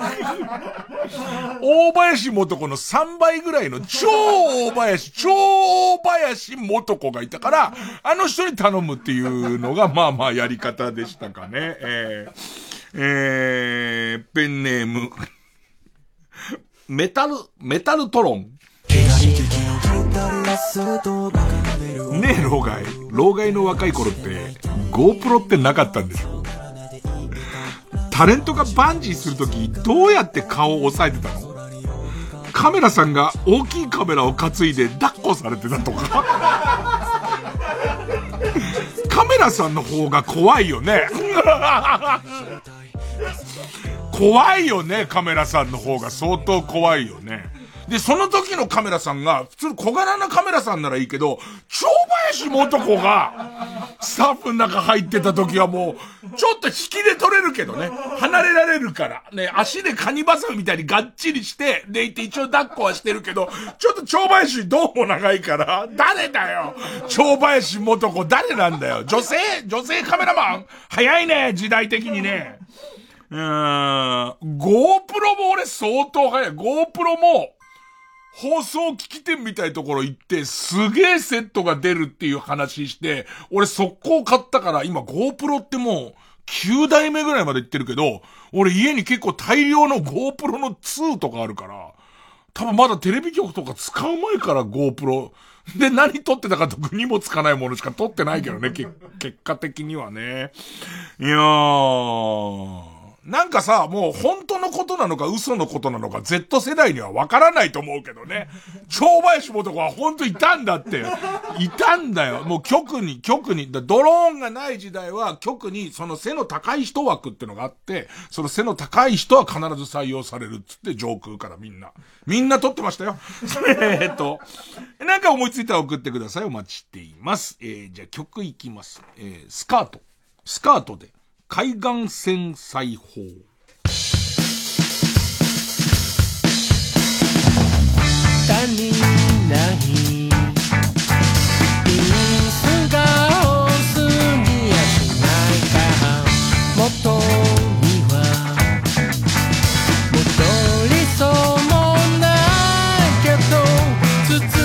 大林素子の3倍ぐらいの超林素子がいたから、あの人に頼むっていうのが、やり方でしたかね。ペンネーム、メタルトロン。ねえ、老害の若い頃って、GoPro ってなかったんでしょ？タレントがバンジーするときどうやって顔を押さえてたの？カメラさんが大きいカメラを担いで抱っこされてたとかカメラさんの方が怖いよね怖いよね、カメラさんの方が相当怖いよね。で、その時のカメラさんが、普通小柄なカメラさんならいいけど、長林素子が、スタッフの中入ってた時はもう、ちょっと引きで撮れるけどね、離れられるから。ね、足でカニバサミみたいにがっちりして、でいて一応抱っこはしてるけど、ちょっと長林どうも長いから、誰だよ長林素子誰なんだよ、女性カメラマン早いね、時代的にね。GoPro も俺相当早い。GoPro も、放送機器店みたいなところ行って、すげえセットが出るっていう話して、俺速攻買ったから、今 GoPro ってもう、9代目ぐらいまで行ってるけど、俺家に結構大量の GoPro の2とかあるから、多分まだテレビ局とか使う前から GoPro、で何撮ってたか特にもつかないものしか撮ってないけどね、結果的にはね。いやー。なんかさ、もう本当のことなのか嘘のことなのか Z 世代にはわからないと思うけどね。長林素子は本当いたんだって。いたんだよ。もう局に、ドローンがない時代は局にその背の高い人枠ってのがあって、その背の高い人は必ず採用されるっつって上空からみんな撮ってましたよ。なんか思いついたら送ってください。お待ちしています。じゃあ曲いきます。スカートで。海岸線裁縫。 谷ないニュースが多すぎやしないか元には戻りそうもないけど続けよう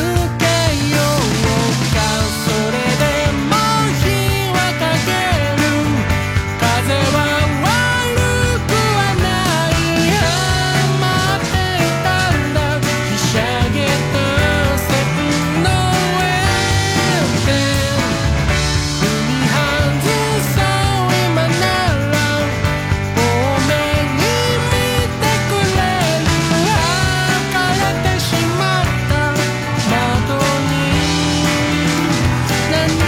かそれでも日はかける風は悪くはない待っていたんだひしゃげたセブンの上で踏み外そう今なら多めに見てくれる枯れてしまった窓に何が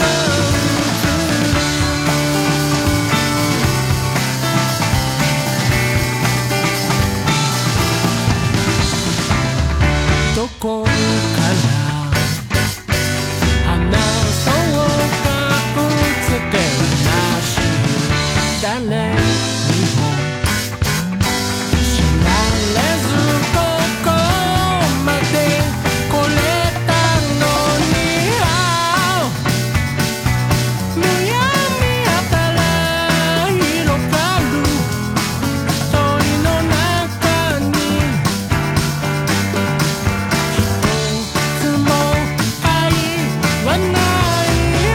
どこから話そうかくっつけなし誰にも知られずここまで来れたのにむやみやたら広がる鳥の中にいつも愛はない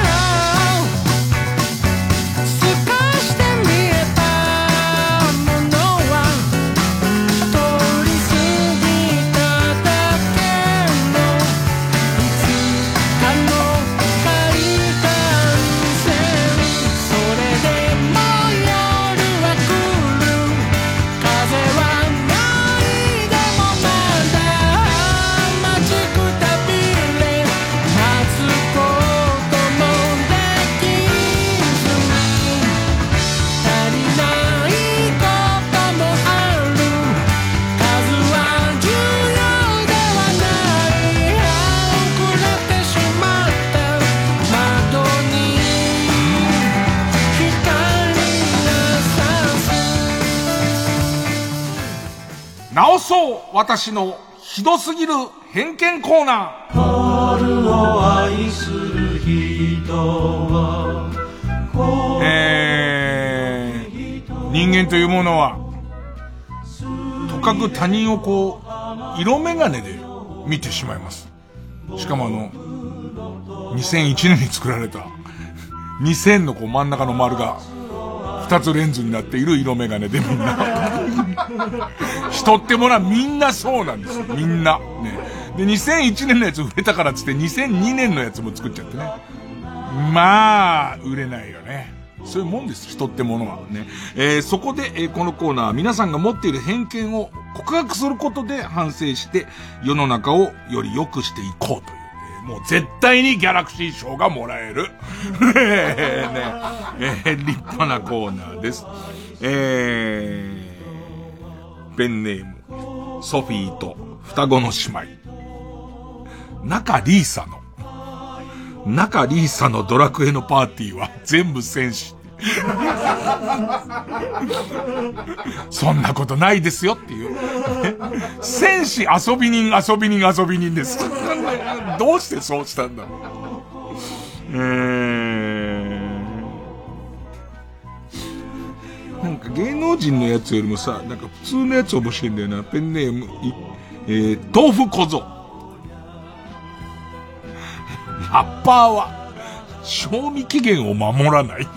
透かして見えたものは通り過ぎただけのいつかの海岸線それでも夜は来る風はないでもまだ待ちくたびれ待つこともできずに足りないこともある数は重要ではない遅れてしまった窓に光が差す直そう私のひどすぎる偏見コーナー。 春を愛する人は人間というものはとかく他人をこう色眼鏡で見てしまいます。しかも2001年に作られた2000のこう真ん中の丸が2つレンズになっている色眼鏡でみんな人ってものはみんなそうなんですよ。みんなね。で2001年のやつ売れたからっつって2002年のやつも作っちゃってね。まあ売れないよね。そういうもんです、人ってものはね。そこで、このコーナーは皆さんが持っている偏見を告白することで反省して世の中をより良くしていこうという、もう絶対にギャラクシー賞がもらえる立派なコーナーです。 ペンネーム、ソフィーと双子の姉妹。中リーサのドラクエのパーティーは全部戦士。そんなことないですよっていう。戦士遊び人です。どうしてそうしたんだろう。なんか芸能人のやつよりもさ、なんか普通のやつ面白いんだよな。ペンネーム、豆腐小僧。ラッパーは賞味期限を守らない。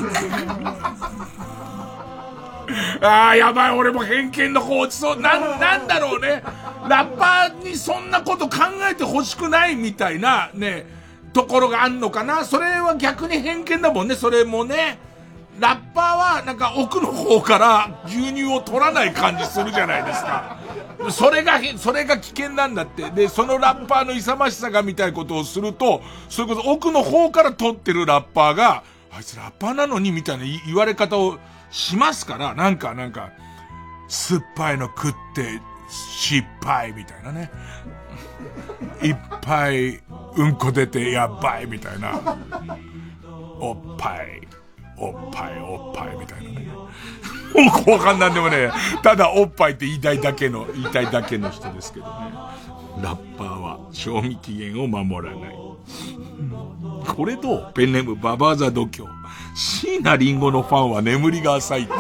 やばい、俺も偏見の方落ちそう。なんだろうね。ラッパーにそんなこと考えてほしくないみたいなね、ところがあんのかな。それは逆に偏見だもんね、それもね。ラッパーはなんか奥の方から牛乳を取らない感じするじゃないですか。それが危険なんだって。で、そのラッパーの勇ましさがみたいなことをすると、それこそ奥の方から取ってるラッパーが、あいつラッパーなのにみたいな言われ方をしますから、なんか、酸っぱいの食って失敗みたいなね。いっぱいうんこ出てやばいみたいな。おっぱいみたいなね。わかんなんでもね、ただおっぱいって言いたいだけの人ですけどね。ラッパーは賞味期限を守らない。これとペンネームババーザ度胸。椎名林檎のファンは眠りが浅いっていう。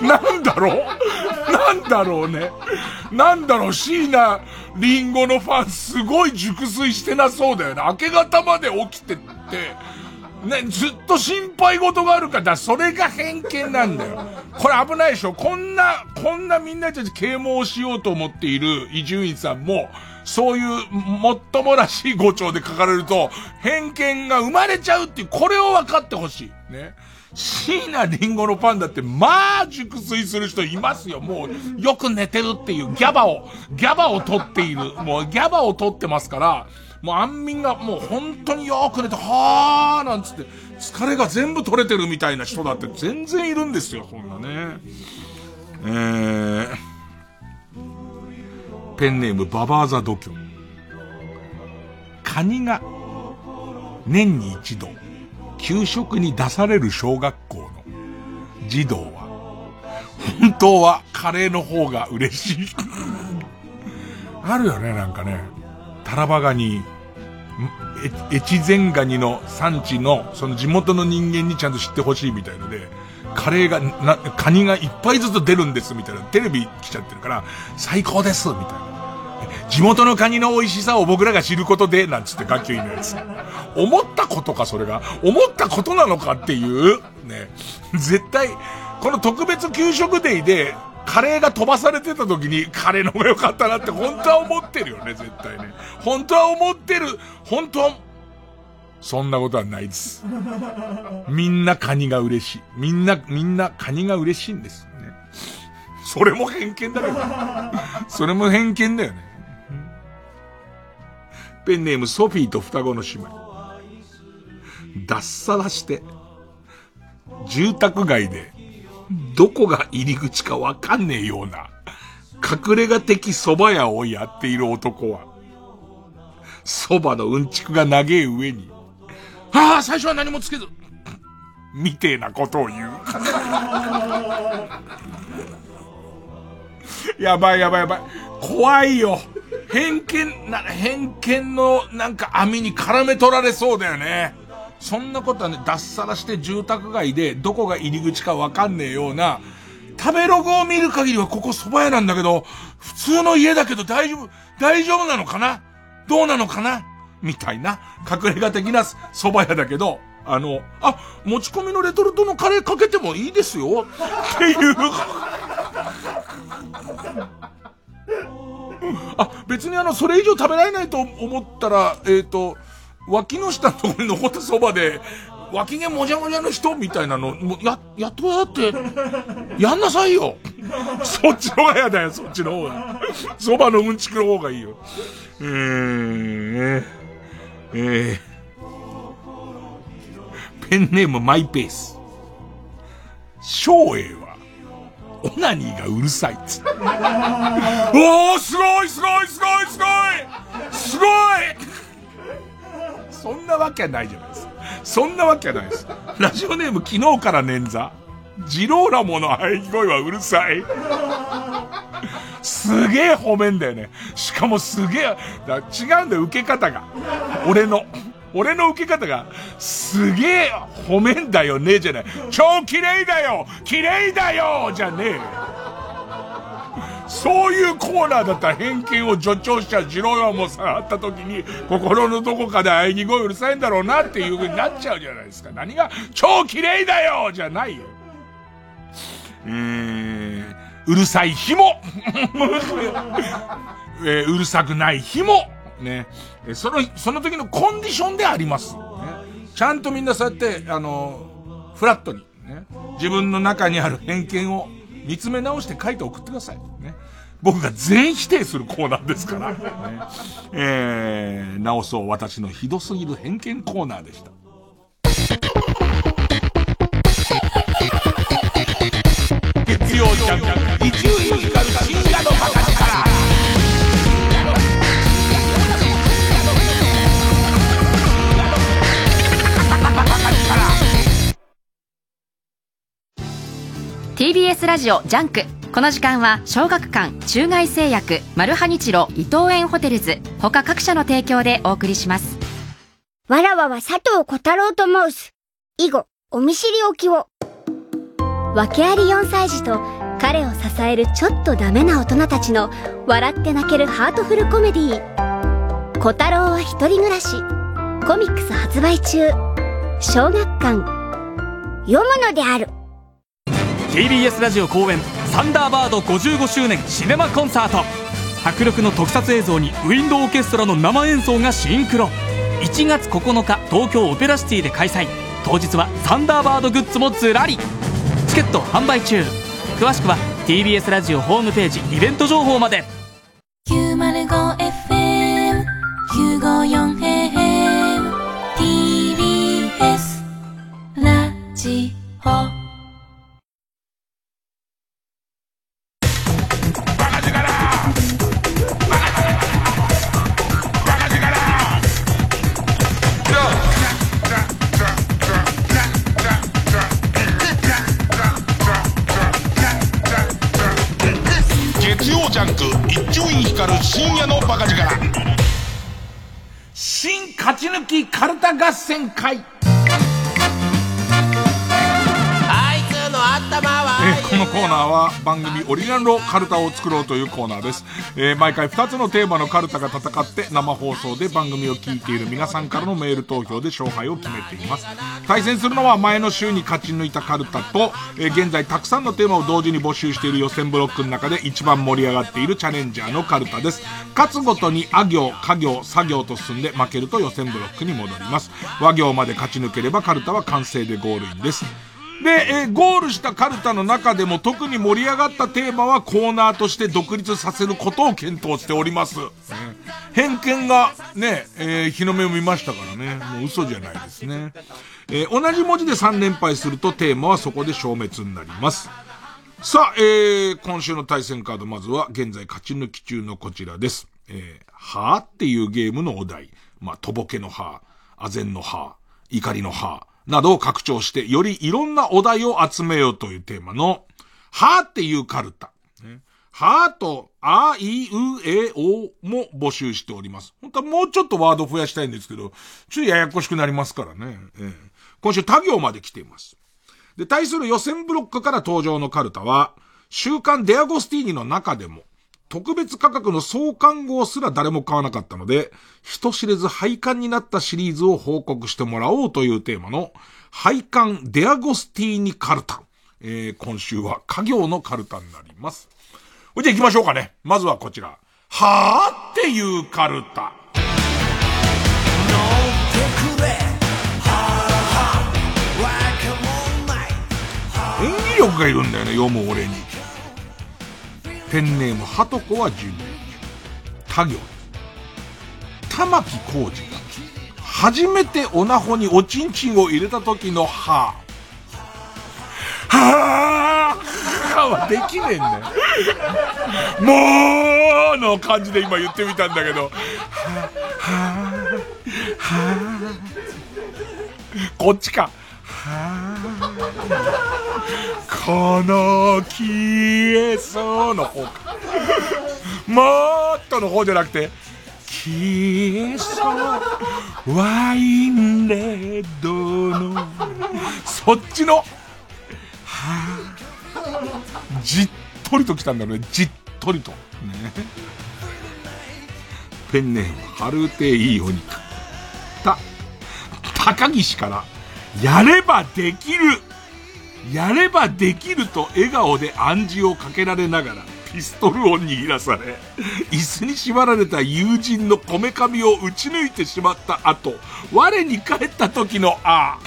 なんだろうね。椎名林檎のファンすごい熟睡してなそうだよね。明け方まで起きてって、ね、ずっと心配事があるから、それが偏見なんだよ。これ危ないでしょ。こんなみんなたち啓蒙しようと思っている伊集院さんも、そういうもっともらしい語調で書かれると、偏見が生まれちゃうっていう、これを分かってほしい。ね。椎名林檎のファンだって、まあ、熟睡する人いますよ。もう、よく寝てるっていうギャバを取っている。もう、ギャバを取ってますから、もう安眠がもう本当によく寝て、はーなんつって、疲れが全部取れてるみたいな人だって全然いるんですよ、そんなね。ペンネームババーザ度胸。カニが年に一度給食に出される小学校の児童は本当はカレーの方が嬉しい。あるよね、なんかね。タラバガニ、越前ガニの産地のその地元の人間にちゃんと知ってほしいみたいので、カレーがカニがいっぱいずつ出るんですみたいな、テレビ来ちゃってるから最高ですみたいな。地元のカニの美味しさを僕らが知ることでなんつって学級委員のやつ。思ったことか、それが思ったことなのかっていうね。絶対この特別給食デイでカレーが飛ばされてた時にカレーの方が良かったなって本当は思ってるよね、絶対ね。本当は思ってる。本当はそんなことはないです。みんなカニが嬉しい。みんなカニが嬉しいんですね。それも偏見だけど。それも偏見だよね。ペンネームソフィーと双子の姉妹。脱サラして住宅街でどこが入り口かわかんねえような隠れ家的蕎麦屋をやっている男は、蕎麦のうんちくが長え上に、最初は何もつけずみてえなことを言う。やばい。怖いよ。偏見のなんか網に絡め取られそうだよね。そんなことはね、脱サラして住宅街でどこが入り口かわかんねえような、食べログを見る限りはここ蕎麦屋なんだけど、普通の家だけど大丈夫なのかな、どうなのかなみたいな隠れ家的な蕎麦屋だけど、持ち込みのレトルトのカレーかけてもいいですよっていう別にそれ以上食べられないと思ったら、脇の下のところに残ったそばで、脇毛もじゃもじゃの人みたいなの、もうやっとやって、やんなさいよ。そっちの方がやだよ、そっちの方が。そばのうんちくの方がいいよ。ペンネームマイペース。照英はオナニーがうるさいっつって。おー、すごいすごいすごいすごいすごいそんなわけはないじゃないですか。そんなわけはないです。ラジオネーム昨日から捻挫。ジローラモの喘ぎ声はうるさい。すげえ褒めんだよね。しかもすげえ、違うんだよ、受け方が。俺の受け方が、すげえ褒めんだよね、じゃない。超綺麗だよ綺麗だよじゃねえ。そういうコーナーだったら偏見を助長しちゃうジローラモさんあった時に、心のどこかで喘ぎ声うるさいんだろうなっていう風になっちゃうじゃないですか。何が、超綺麗だよじゃないよ。うるさい日もうるさくない日もね、その時のコンディションであります、ね、ちゃんとみんなそうやってフラットにね、自分の中にある偏見を見つめ直して書いて送ってくださいね。僕が全否定するコーナーですからね。直そう私のひどすぎる偏見コーナーでした。月曜ジャンク伊集院光深夜のバカ力。 TBS ラジオジャンク。この時間は小学館、中外製薬、マルハニチロ、伊藤園ホテルズ他各社の提供でお送りします。 わらわは佐藤小太郎と申す。以後お見知りおきを。訳あり4歳児と彼を支えるちょっとダメな大人たちの笑って泣けるハートフルコメディー。小太郎は一人暮らし。コミックス発売中。小学館。読むのである。 TBS ラジオ公演サンダーバード55周年シネマコンサート。迫力の特撮映像にウィンドオーケストラの生演奏がシンクロ。1月9日東京オペラシティで開催。当日はサンダーバードグッズもずらり。チケット販売中。詳しくは TBS ラジオホームページイベント情報まで。 905FM954AM TBS ラジオ。 ジャンク一集院光深夜のバカ力。新勝ち抜きカルタ合戦会。このコーナーは番組オリジナルのカルタを作ろうというコーナーです。毎回2つのテーマのカルタが戦って生放送で番組を聞いている皆さんからのメール投票で勝敗を決めています。対戦するのは前の週に勝ち抜いたカルタと、現在たくさんのテーマを同時に募集している予選ブロックの中で一番盛り上がっているチャレンジャーのカルタです。勝つごとにあ行、家行、作業と進んで負けると予選ブロックに戻ります。和行まで勝ち抜ければカルタは完成でゴールインです。で、ゴールしたカルタの中でも特に盛り上がったテーマはコーナーとして独立させることを検討しております。偏見がね、日の目を見ましたからね、もう嘘じゃないですね。同じ文字で3連敗するとテーマはそこで消滅になります。さあ、今週の対戦カード、まずは現在勝ち抜き中のこちらです。はぁっていうゲームのお題。とぼけのはぁ、あぜんのはぁ、怒りのはぁ、などを拡張して、よりいろんなお題を集めようというテーマの、はーっていうカルタ。はーと、あいうえおも募集しております。本当はもうちょっとワード増やしたいんですけど、ちょっとややこしくなりますからね。今週他行まで来ています。で、対する予選ブロックから登場のカルタは、週刊デアゴスティーニの中でも、特別価格の創刊号すら誰も買わなかったので、人知れず廃刊になったシリーズを報告してもらおうというテーマの、廃刊デアゴスティーニカルタ。今週は家業のカルタになります。じゃあ行きましょうかね。まずはこちら。はぁっていうカルタ。演技力がいるんだよね、読む俺に。ペンネームはとこは準備他行。玉木浩二が初めてオナホにおちんちんを入れた時のはぁはできねえんだよ。もうの感じで今言ってみたんだけど、こっちか。この消えそうの方か。もっとの方じゃなくて、消えそうワインレッドのそっちのじっとりときたんだろうね。じっとりと、ね、ペンネーム春亭いいお肉。高岸からやればできるやればできると笑顔で暗示をかけられながらピストルを握らされ、椅子に縛られた友人のこめかみを打ち抜いてしまった後、我に返った時の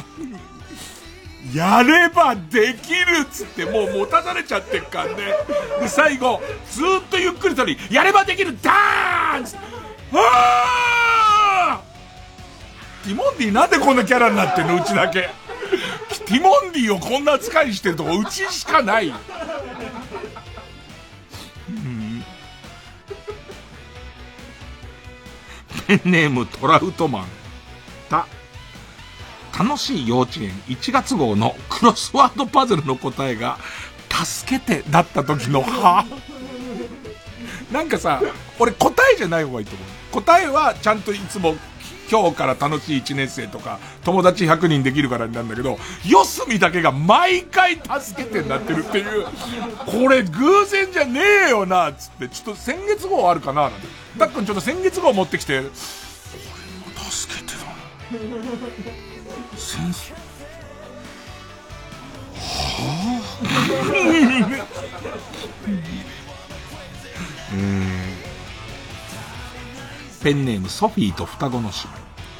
やればできるっつってもう持たされちゃってっからね。で最後ずーっとゆっくりとにやればできるダーンツ、ティモンディなんでこんなキャラになってんの。うちだけティモンディをこんな扱いしてるとこうちしかない。ペンネームトラウトマン。楽しい幼稚園1月号のクロスワードパズルの答えが助けてだった時のなんかさ、俺答えじゃない方がいいと思う。答えはちゃんといつも今日から楽しい1年生とか友達100人できるからなんだけど、四隅だけが毎回助けてになってるっていう、これ偶然じゃねえよなっつって、ちょっと先月号あるかななんて、だっくんちょっと先月号持ってきて、これも助けてだな先生ペンネームソフィーと双子の姉妹。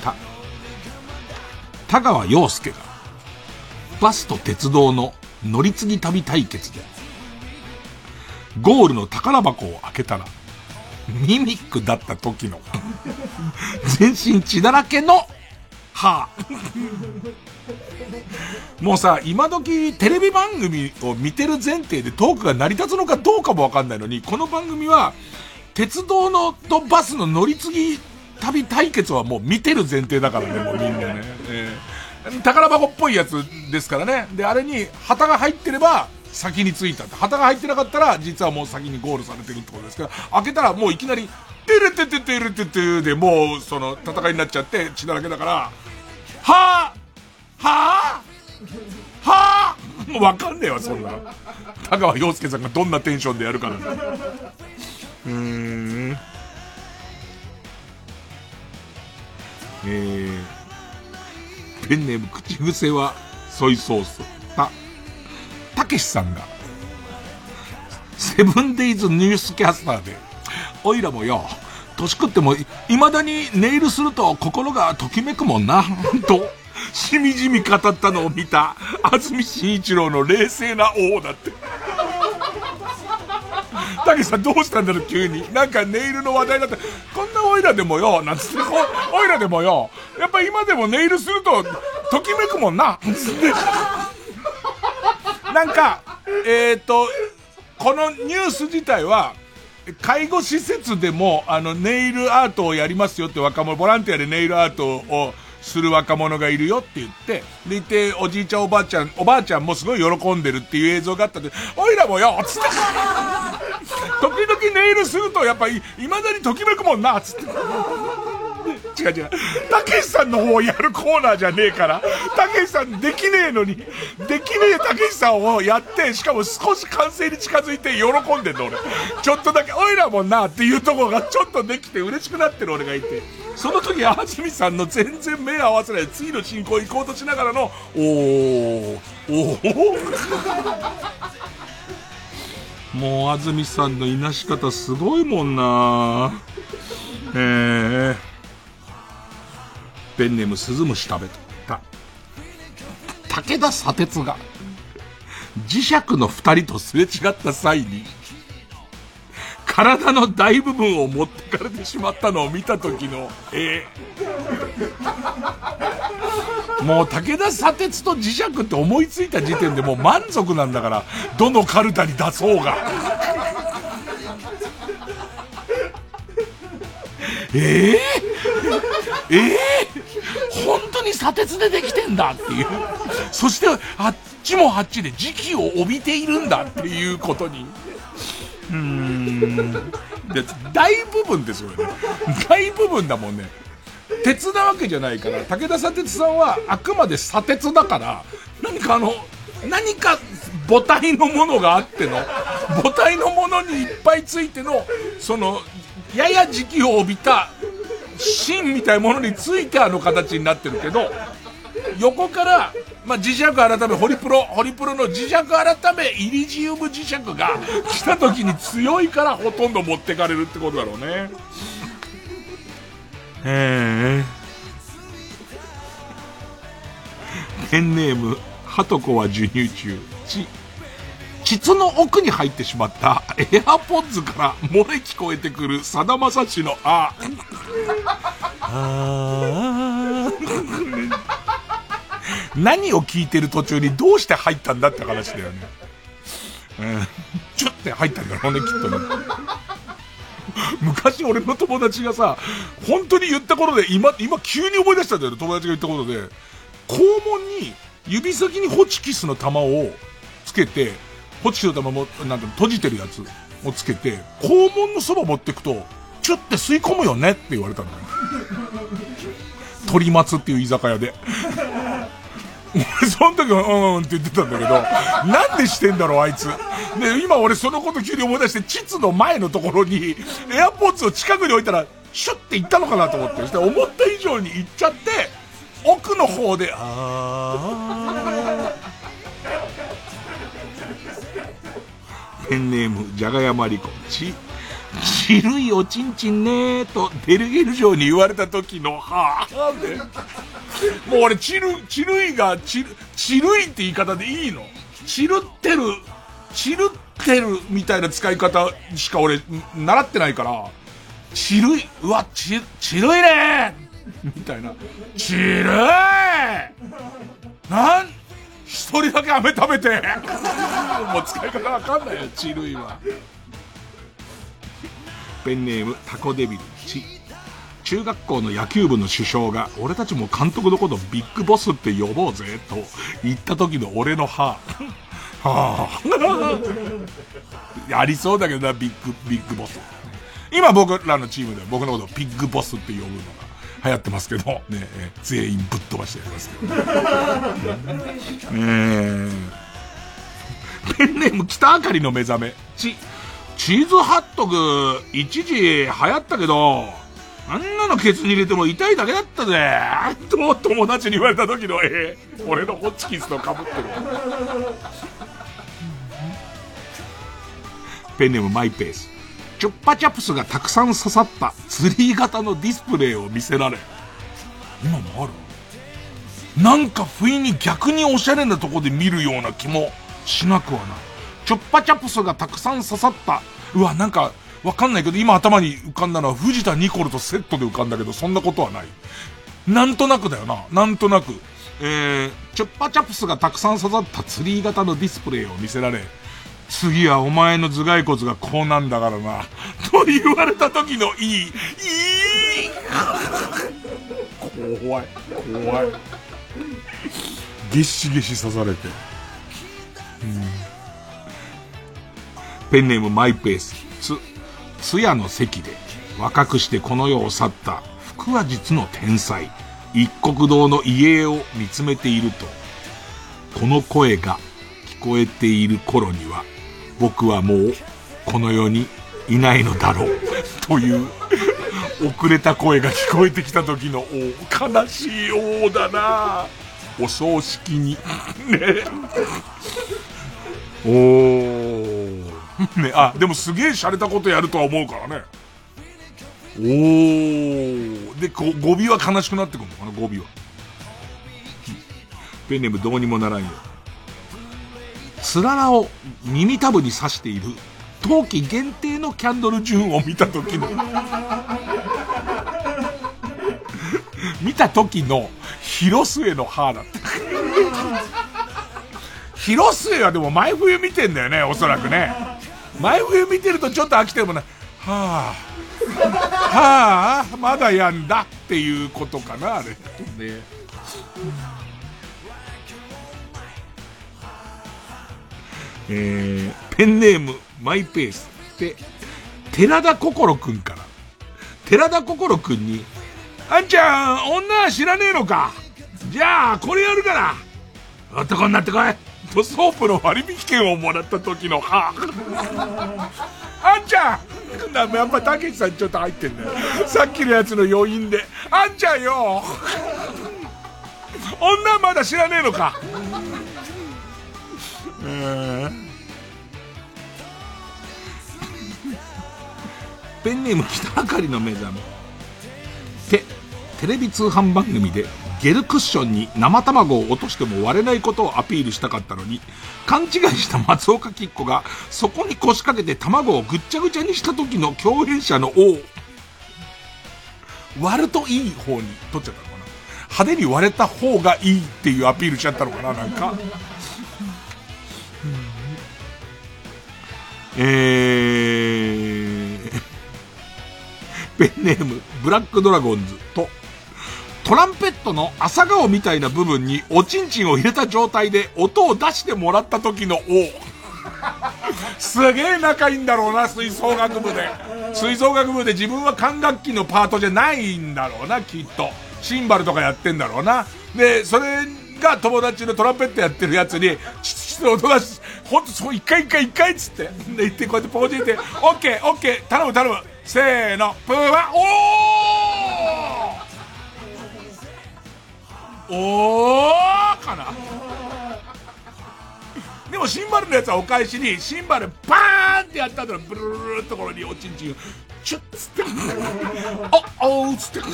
田川陽介がバスと鉄道の乗り継ぎ旅対決でゴールの宝箱を開けたらミミックだった時の全身血だらけのもうさ、今時テレビ番組を見てる前提でトークが成り立つのかどうかもわかんないのに、この番組は鉄道のとバスの乗り継ぎ旅対決はもう見てる前提だからね、もうみんなね、宝箱っぽいやつですからね。であれに旗が入ってれば先に着いたって、旗が入ってなかったら実はもう先にゴールされてるってことですから、開けたらもういきなりテレテテテレテテでもうその戦いになっちゃって血だらけだから、もうわかんねえわそんな。田川陽介さんがどんなテンションでやるからペンネーム口癖はソイソース。たけしさんがセブンデイズニュースキャスターで、おいらもよ年食っても未だにネイルすると心がときめくもんなとしみじみ語ったのを見た安住紳一郎の冷静な王だって。たけしさんどうしたんだろう急に。なんかネイルの話題だって、こんなおいらでもよなんつって、おいらでもよやっぱ今でもネイルするとときめくもんななんかこのニュース自体は介護施設でもネイルアートをやりますよって若者、ボランティアでネイルアートをする若者がいるよって言って、でいておじいちゃんおばあちゃんもすごい喜んでるっていう映像があったんで、おいらもよつって時々ネイルするとやっぱり未だにときめくもんなつって違うたけしさんの方をやるコーナーじゃねえから、たけしさんできねえのにできねえたけしさんをやって、しかも少し完成に近づいて喜んでんの俺。ちょっとだけおいらもんなっていうところがちょっとできて嬉しくなってる俺がいて、その時安住さんの全然目合わせない次の進行行こうとしながらのもう安住さんのいなし方すごいもんな。ペンネームスズムシ食べた。武田砂鉄が磁石の2人とすれ違った際に体の大部分を持ってかれてしまったのを見た時のもう武田砂鉄と磁石って思いついた時点でもう満足なんだから、どのカルタに出そうが。本当に砂鉄でできてんだっていう。そしてあっちもあっちで磁気を帯びているんだっていうことに。で大部分ですよね。大部分だもんね。鉄なわけじゃないから、武田砂鉄さんはあくまで砂鉄だから、何か母体のものがあっての、母体のものにいっぱいついての、その、やや磁気を帯びた芯みたいなものについてあの形になってるけど、横から、磁石改め、ホリプロの磁石改め、イリジウム磁石が来た時に強いからほとんど持ってかれるってことだろうね。ペンネーム、ハトコは授乳中。膣の奥に入ってしまったエアポッズから漏れ聞こえてくるさだまさしの何を聞いてる途中にどうして入ったんだって話だよね。ちょって入ったんだろうね、きっとね。昔俺の友達がさ、本当に言ったことで、今急に思い出したんだよね、友達が言ったことで。肛門に指先にホチキスの玉をつけて、ホチキスの玉も閉じてるやつをつけて、肛門のそば持ってくとチュッて吸い込むよねって言われたんだよ。鳥松っていう居酒屋で。俺その時はって言ってたんだけど、なんでしてんだろうあいつ。で今俺そのこと急に思い出して、膣の前のところにエアポッツを近くに置いたらシュッて行ったのかなと思って、そして思った以上に行っちゃって、奥の方でペンネームじゃがやまりこ。ちるいおちんちんねーとデルゲル嬢に言われた時ので、もう俺ちるいって言い方でいいの？ちるってるみたいな使い方しか俺習ってないから、ちるいねみたいな、ちるい一人だけ飴食べてもう使い方わかんないよ、ちるいは。ペンネームタコデビル。中学校の野球部の主将が、俺たちも監督のことビッグボスって呼ぼうぜと言った時の俺のありそうだけどな、ビッグボス。今僕らのチームでは僕のことをビッグボスって呼ぶのが流行ってますけどね、全員ぶっ飛ばしてやりますけど、ペンネーム北あかりの目覚め。チーズハットグ一時流行ったけど、あんなのケツに入れても痛いだけだったぜと友達に言われた時の俺のホチキスの被ってる。ペンネームマイペース。チュッパチャプスがたくさん刺さったツリー型のディスプレイを見せられ、今もある？なんか不意に逆におしゃれなとこで見るような気もしなくはない。チュッパチャプスがたくさん刺さった、なんかわかんないけど今頭に浮かんだのは藤田ニコルとセットで浮かんだけど、そんなことはない。なんとなくだよな、なんとなく。チュッパチャプスがたくさん刺さったツリー型のディスプレイを見せられ、次はお前の頭蓋骨がこうなんだからなと言われた時の怖いゲシゲシ刺されて、ペンネームマイペース。通夜の席で若くしてこの世を去った腹話術の天才一国堂の遺影を見つめていると、この声が聞こえている頃には僕はもうこの世にいないのだろうという遅れた声が聞こえてきた時の悲しいだな。お葬式にねね、でもすげえ洒落たことやるとは思うからね。で語尾は悲しくなってくるのかな、語尾は。ペンネームどうにもならんよ。つららを耳たぶに刺している冬季限定のキャンドルジュンを見た時の広末の歯だって。広末はでも前冬見てんだよね、おそらくね。前冬見てるとちょっと飽きてもね、はあ、まだやんだっていうことかな、あれ。ね、ペンネームマイペースで寺田心くんから、寺田心くんに、あんちゃん女知らねえのか、じゃあこれやるから男になってこいとソープの割引券をもらった時の歯。あんちゃん、やっぱたけしさんちょっと入ってんだよ、さっきのやつの余韻で。あんちゃんよ、女まだ知らねえのか。ペンネーム北あかりの目覚め。テレビ通販番組でゲルクッションに生卵を落としても割れないことをアピールしたかったのに、勘違いした松岡吉子がそこに腰掛けて卵をぐっちゃぐちゃにした時の共演者の王、割るといい方に取っちゃったのかな。派手に割れた方がいいっていうアピールしちゃったのかな、なんか。ペンネームブラックドラゴンズと、トランペットの朝顔みたいな部分におちんちんを入れた状態で音を出してもらった時のすげえ仲いいんだろうな、吹奏楽部で。吹奏楽部で自分は管楽器のパートじゃないんだろうな、きっと。シンバルとかやってんだろうな。で、それが友達のトランペットやってるやつに、チチチと音出し、ほんとそう、一回っつって。で、言って、こうやってポージ入れて、オッケー、頼む。せーの、プーワ、おーかな。でもシンバルのやつはお返しに、シンバルバーンってやった後のブルルルルってところにおちんちんをチュッつっておーつって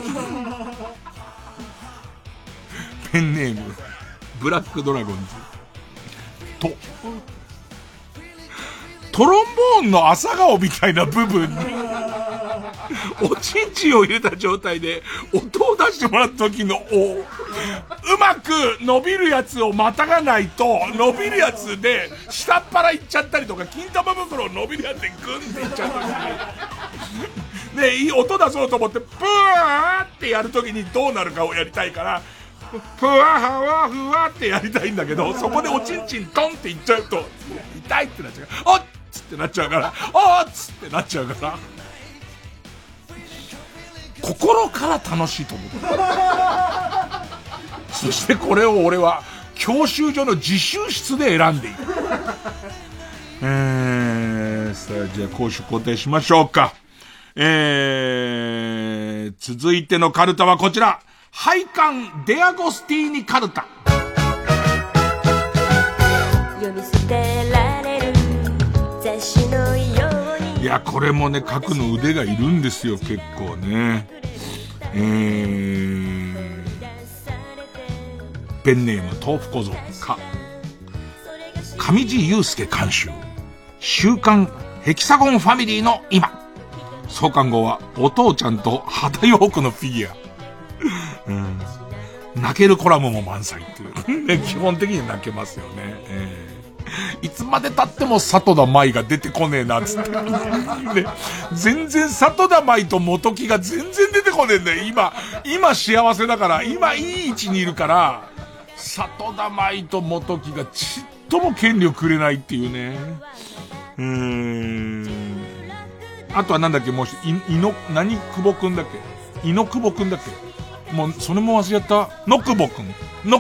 ペンネームブラックドラゴンズと、トロンボーンの朝顔みたいな部分におちんちんを入れた状態で音を出してもらった時のうまく伸びるやつをまたがないと、伸びるやつで下っ腹いっちゃったりとか、金玉袋を伸びるやつでグンっていっちゃう時にで、いい音出そうと思ってプーってやる時にどうなるかをやりたいから、ふわはわふわってやりたいんだけど、そこでおちんちんトンっていっちゃうと痛いってなっちゃう、おっつってなっちゃうから、おっつってなっちゃうから、心から楽しいと思う。そしてこれを俺は教習所の自習室で選んでいる。さあ、じゃあ攻守固定しましょうか。続いてのカルタはこちら。配管デアゴスティーニカルタ。読み捨てられる雑誌のように。いや、これもね、書くの腕がいるんですよ、結構ね。ペンネーム豆腐小僧か。上地雄介監修。週刊ヘキサゴンファミリーの今。創刊号はお父ちゃんと肌洋服のフィギュア。泣けるコラムも満載っていう、基本的に泣けますよね。いつまで経っても里田舞が出てこねえなっつって、ね、全然里田舞と元木が全然出てこねえんだよ。今幸せだから、今いい位置にいるから、里田舞と元木がちっとも権利をくれないっていうね。あとはなんだっけ、もう何久保くんだっけ、猪久保くんだっけ、もうそれも忘れた。野久保くん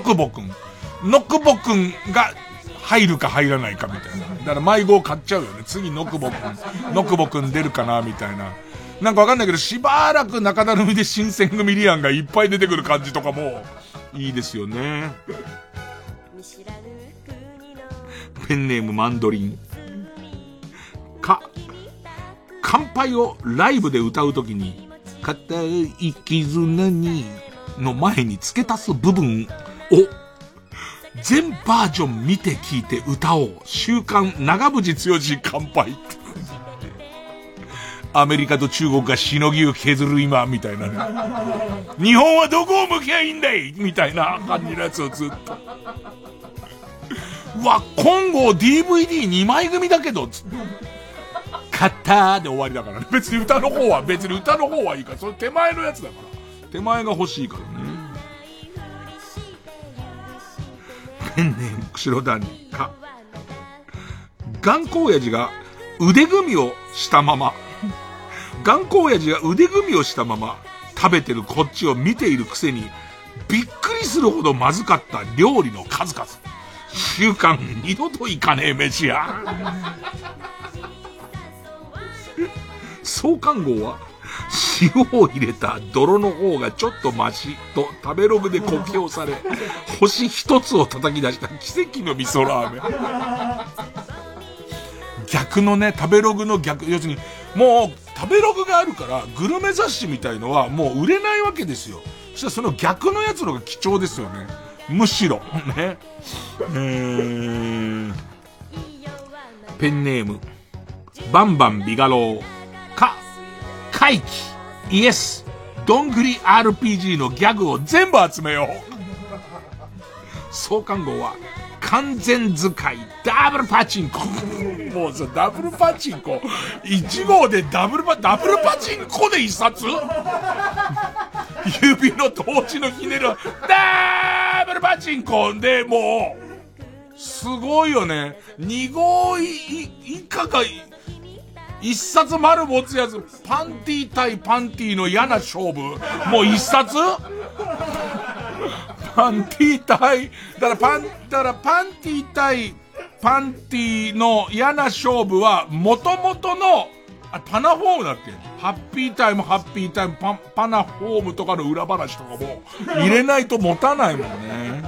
が入るか入らないかみたいな。だから迷子を買っちゃうよね。次野久保くん出るかなみたいな。なんかわかんないけど、しばらく中だるみで新選組リアンがいっぱい出てくる感じとかもいいですよね。ペンネームマンドリンか。乾杯をライブで歌うときに、固い絆にの前に付け足す部分を全バージョン見て聞いて歌おう。週刊長渕剛乾杯。 アメリカと中国がしのぎを削る今みたいなね。日本はどこを向きゃいいんだいみたいな感じのやつをずっと。うわ、今後 DVD2 枚組だけどつって。買ったーで終わりだからね。別に歌の方はいいから、それ手前のやつだから。手前が欲しいからね。ペンネーム釧路谷か。頑固親父が腕組みをしたまま食べてるこっちを見ているくせにびっくりするほどまずかった料理の数々。週間二度と行かねえ飯や。創刊号は塩を入れた泥の方がちょっとマシと食べログで酷評され、星一つを叩き出した奇跡の味噌ラーメン。逆のね、食べログの逆、要するにもう食べログがあるからグルメ雑誌みたいのはもう売れないわけですよ。そしたらその逆のやつのが貴重ですよね。むしろね。ペンネームバンバンビガローか怪奇イエスどんぐり RPG のギャグを全部集めよう。創刊号は完全使いダブルパチンコ。もうさ、ダブルパチンコ1号でダブルパチンコで1冊指の同時のひねるダブルパチンコでもうすごいよね。2号以下が1冊丸持つやつ。パンティ対パンティの嫌な勝負もう1冊パンティ対だからパンティ対パンティの嫌な勝負は元々のパナフォームだっけ。ハッピータイムパナフォームとかの裏話とかも入れないと持たないもんね。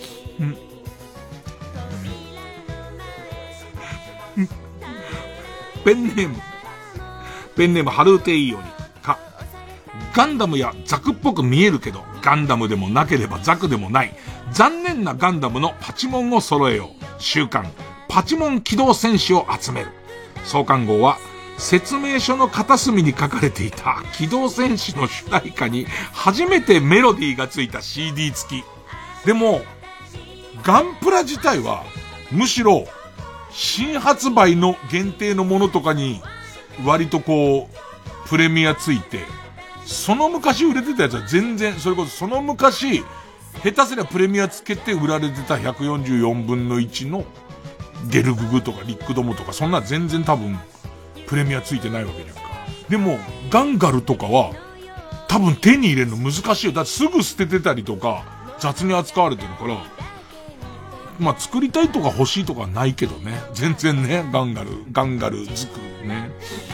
ペンネームハルーテイオニか。ガンダムやザクっぽく見えるけどガンダムでもなければザクでもない残念なガンダムのパチモンを揃えよう。週刊パチモン機動戦士を集める。創刊号は説明書の片隅に書かれていた機動戦士の主題歌に初めてメロディーがついた CD 付き。でもガンプラ自体はむしろ新発売の限定のものとかに割とこうプレミアついて、その昔売れてたやつは全然、それこそその昔下手すりゃプレミアつけて売られてた144分の1のゲルググとかリックドモとか、そんな全然多分プレミアついてないわけじゃんか。でもガンガルとかは多分手に入れるの難しいよ。だってすぐ捨ててたりとか雑に扱われてるから、まあ作りたいとか欲しいとかはないけどね、全然ね。ガンガルづくね。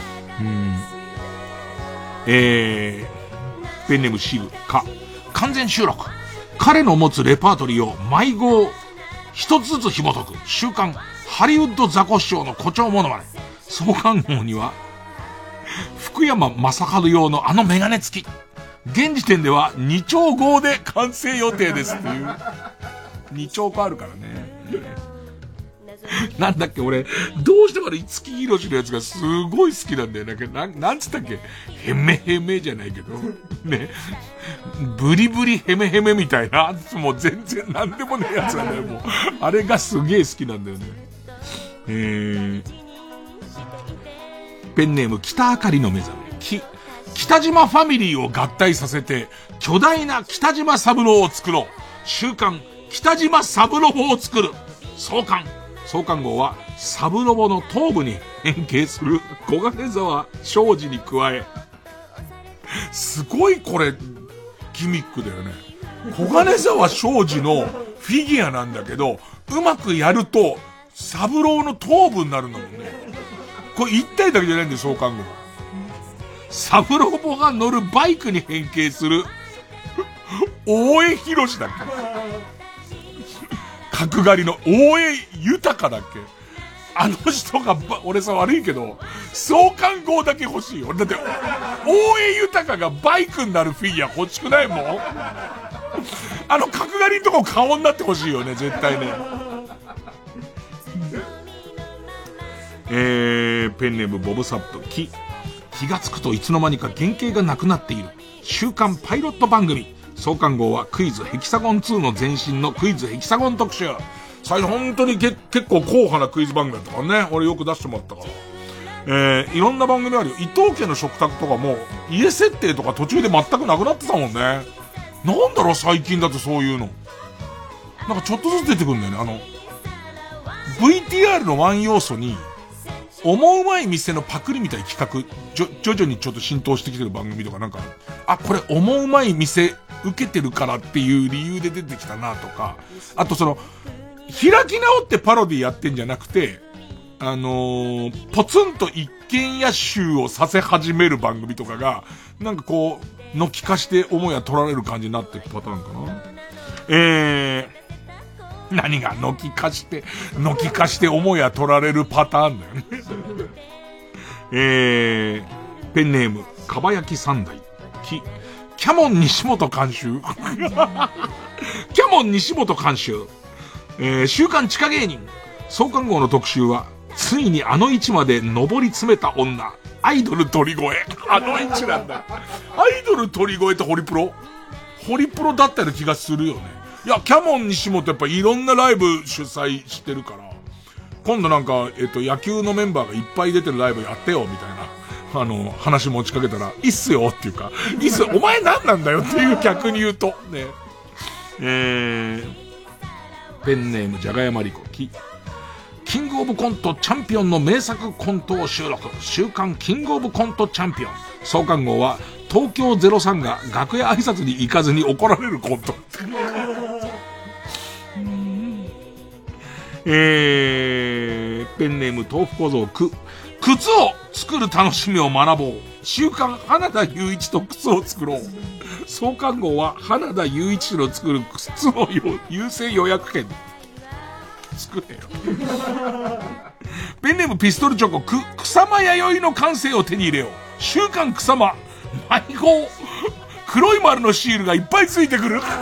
ペンネームシグか。完全収録。彼の持つレパートリーを毎号一つずつ紐解く。週刊ハリウッドザコシショウの誇張モノマネ。創刊号には福山雅治用のあのメガネ付き。現時点では2兆号で完成予定ですっていう。2兆個あるからね。なんだっけ、俺どうしても五木ひろしのやつがすごい好きなんだよね。なんつったっけ、ヘメヘメじゃないけどね、ブリブリヘメヘメみたいな、もう全然なんでもねえやつなんだよ。もうあれがすげえ好きなんだよね。ペンネーム北あかりの目覚め。北島ファミリーを合体させて巨大な北島三郎を作ろう。週刊北島サブロボを作る。創刊号はサブロボの頭部に変形する小金沢庄司に加え、すごいこれギミックだよね。小金沢庄司のフィギュアなんだけど、うまくやるとサブローの頭部になるんだもんね。これ一体だけじゃないんだよ、創刊号。サブロボが乗るバイクに変形する大江博だっけ、角刈りの大江豊だっけ、あの人が俺さ、悪いけど創刊号だけ欲しい。俺だって大江豊がバイクになるフィギュア欲しくないもん。あの角刈りのとこ顔になって欲しいよね、絶対ね。ペンネームボブサップ。 気がつくといつの間にか原型がなくなっている週刊パイロット番組。創刊号はクイズヘキサゴン2の前身のクイズヘキサゴン特集。最初本当に結構硬派なクイズ番組だったからね。俺よく出してもらったから。いろんな番組あるよ。伊藤家の食卓とかも家設定とか途中で全くなくなってたもんね。なんだろう最近だとそういうの。なんかちょっとずつ出てくるんだよね。VTR のワン要素に思うまい店のパクリみたいな企画徐々にちょっと浸透してきてる番組とかなんか、あ、これ思うまい店受けてるからっていう理由で出てきたなとか、あと開き直ってパロディやってんじゃなくて、ポツンと一軒家集をさせ始める番組とかが、なんかこう、軒化して思いや取られる感じになっていくパターンかな。何が軒化して思いや取られるパターンだよね。ペンネーム、かばやき三代。キャモン西本監修。キャモン西本監修。週刊地下芸人。創刊号の特集は、ついにあの位置まで上り詰めた女。アイドル鳥越。あの位置なんだ。アイドル鳥越ってホリプロだったような気がするよね。いや、キャモン西本やっぱいろんなライブ主催してるから、今度なんか、野球のメンバーがいっぱい出てるライブやってよ、みたいな、話持ちかけたら、いいっすよっていうか、いいっすよ、お前何なんだよっていう逆に言うと、ね。ペンネーム、じゃがやまりこ。キングオブコントチャンピオンの名作コントを収録。週刊キングオブコントチャンピオン。創刊号は、東京03が楽屋挨拶に行かずに怒られるコント。ペンネーム豆腐小僧。靴を作る楽しみを学ぼう。週刊花田雄一と靴を作ろう。創刊号は花田雄一の作る靴の優先予約券。作れよ。ペンネームピストルチョコ。草間弥生の完成を手に入れよう。週刊草間。迷子。黒い丸のシールがいっぱいついてくる。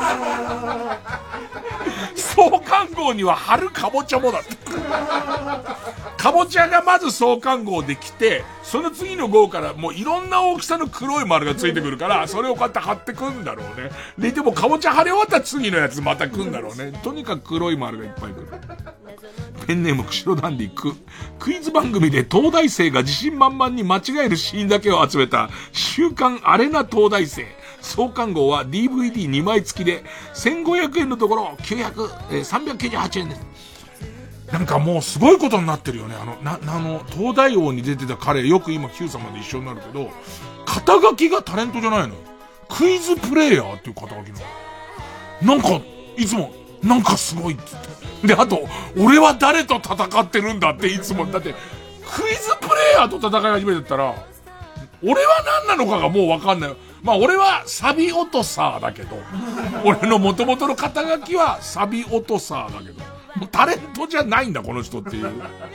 創刊号には春かぼちゃもだって。かぼちゃがまず創刊号で来て、その次の号からもういろんな大きさの黒い丸がついてくるから、それをこうやって貼ってくんだろうね。でもかぼちゃ貼り終わったら次のやつまたくんだろうね。とにかく黒い丸がいっぱい来る。ペンネーム釧路ダンディ。クイズ番組で東大生が自信満々に間違えるシーンだけを集めた週刊アレナ東大生。創刊号は DVD2 枚付きで1500円のところ398円です。なんかもうすごいことになってるよね。東大王に出てた彼、よく今 Q 様で一緒になるけど、肩書きがタレントじゃないの。クイズプレイヤーっていう肩書きの。なんか、いつも、なんかすごいって言って。で、あと、俺は誰と戦ってるんだっていつも、だって、クイズプレイヤーと戦い始めてったら、俺は何なのかがもうわかんない。まあ俺はサビオトサーだけど、俺の元々の肩書きはサビオトサーだけど、もうタレントじゃないんだこの人っていう。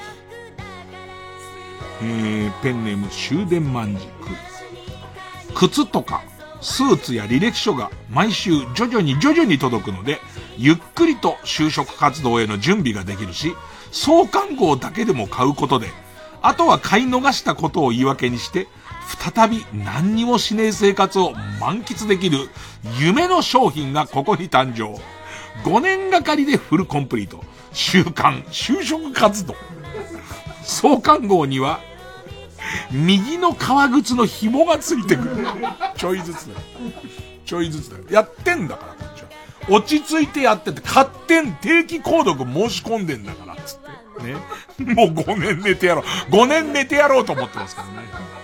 ペンネーム終電万事。靴とかスーツや履歴書が毎週徐々に届くので、ゆっくりと就職活動への準備ができるし、創刊号だけでも買うことで、あとは買い逃したことを言い訳にして、再び何にもしねえ生活を満喫できる夢の商品がここに誕生。5年がかりでフルコンプリート。週刊就職活動。創刊号には右の革靴の紐がついてくる。ちょいずつだよ。やってんだからこっちは。落ち着いてやってて、定期購読申し込んでんだからつってね。もう5年寝てやろうと思ってますからね。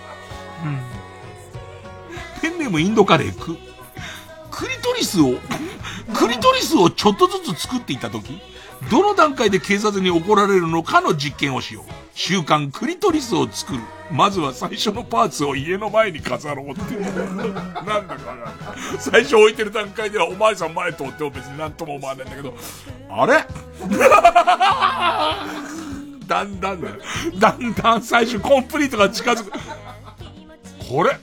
ペンネームインドカレー。クリトリスをちょっとずつ作っていたとき、どの段階で警察に怒られるのかの実験をしよう。週刊クリトリスを作る。まずは最初のパーツを家の前に飾ろうって。なんだかな。最初置いてる段階ではお前さん前通っても別になんとも思わないんだけど、あれだんだん最初コンプリートが近づく。これ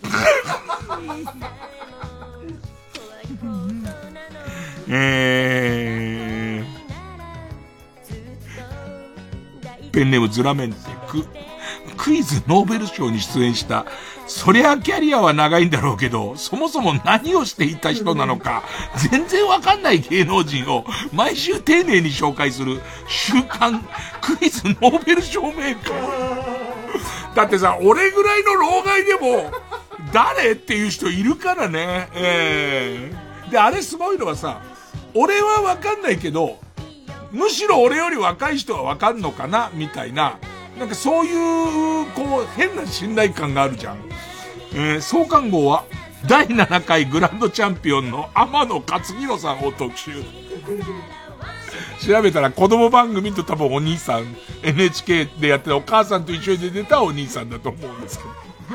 ペンネームズラメンテ。クイズノーベル賞に出演したそりゃキャリアは長いんだろうけど、そもそも何をしていた人なのか全然わかんない芸能人を毎週丁寧に紹介する週刊クイズノーベル賞メーカー。だってさ、俺ぐらいの老害でも誰っていう人いるからね。で、あれすごいのはさ、俺はわかんないけど、むしろ俺より若い人はわかんのかなみたいな、なんかそういうこう変な信頼感があるじゃん。創刊号は第7回グランドチャンピオンの天野勝弘さんを特集。調べたら子供番組と多分お兄さん、 NHK でやってるお母さんと一緒に出てたお兄さんだと思うんですけど。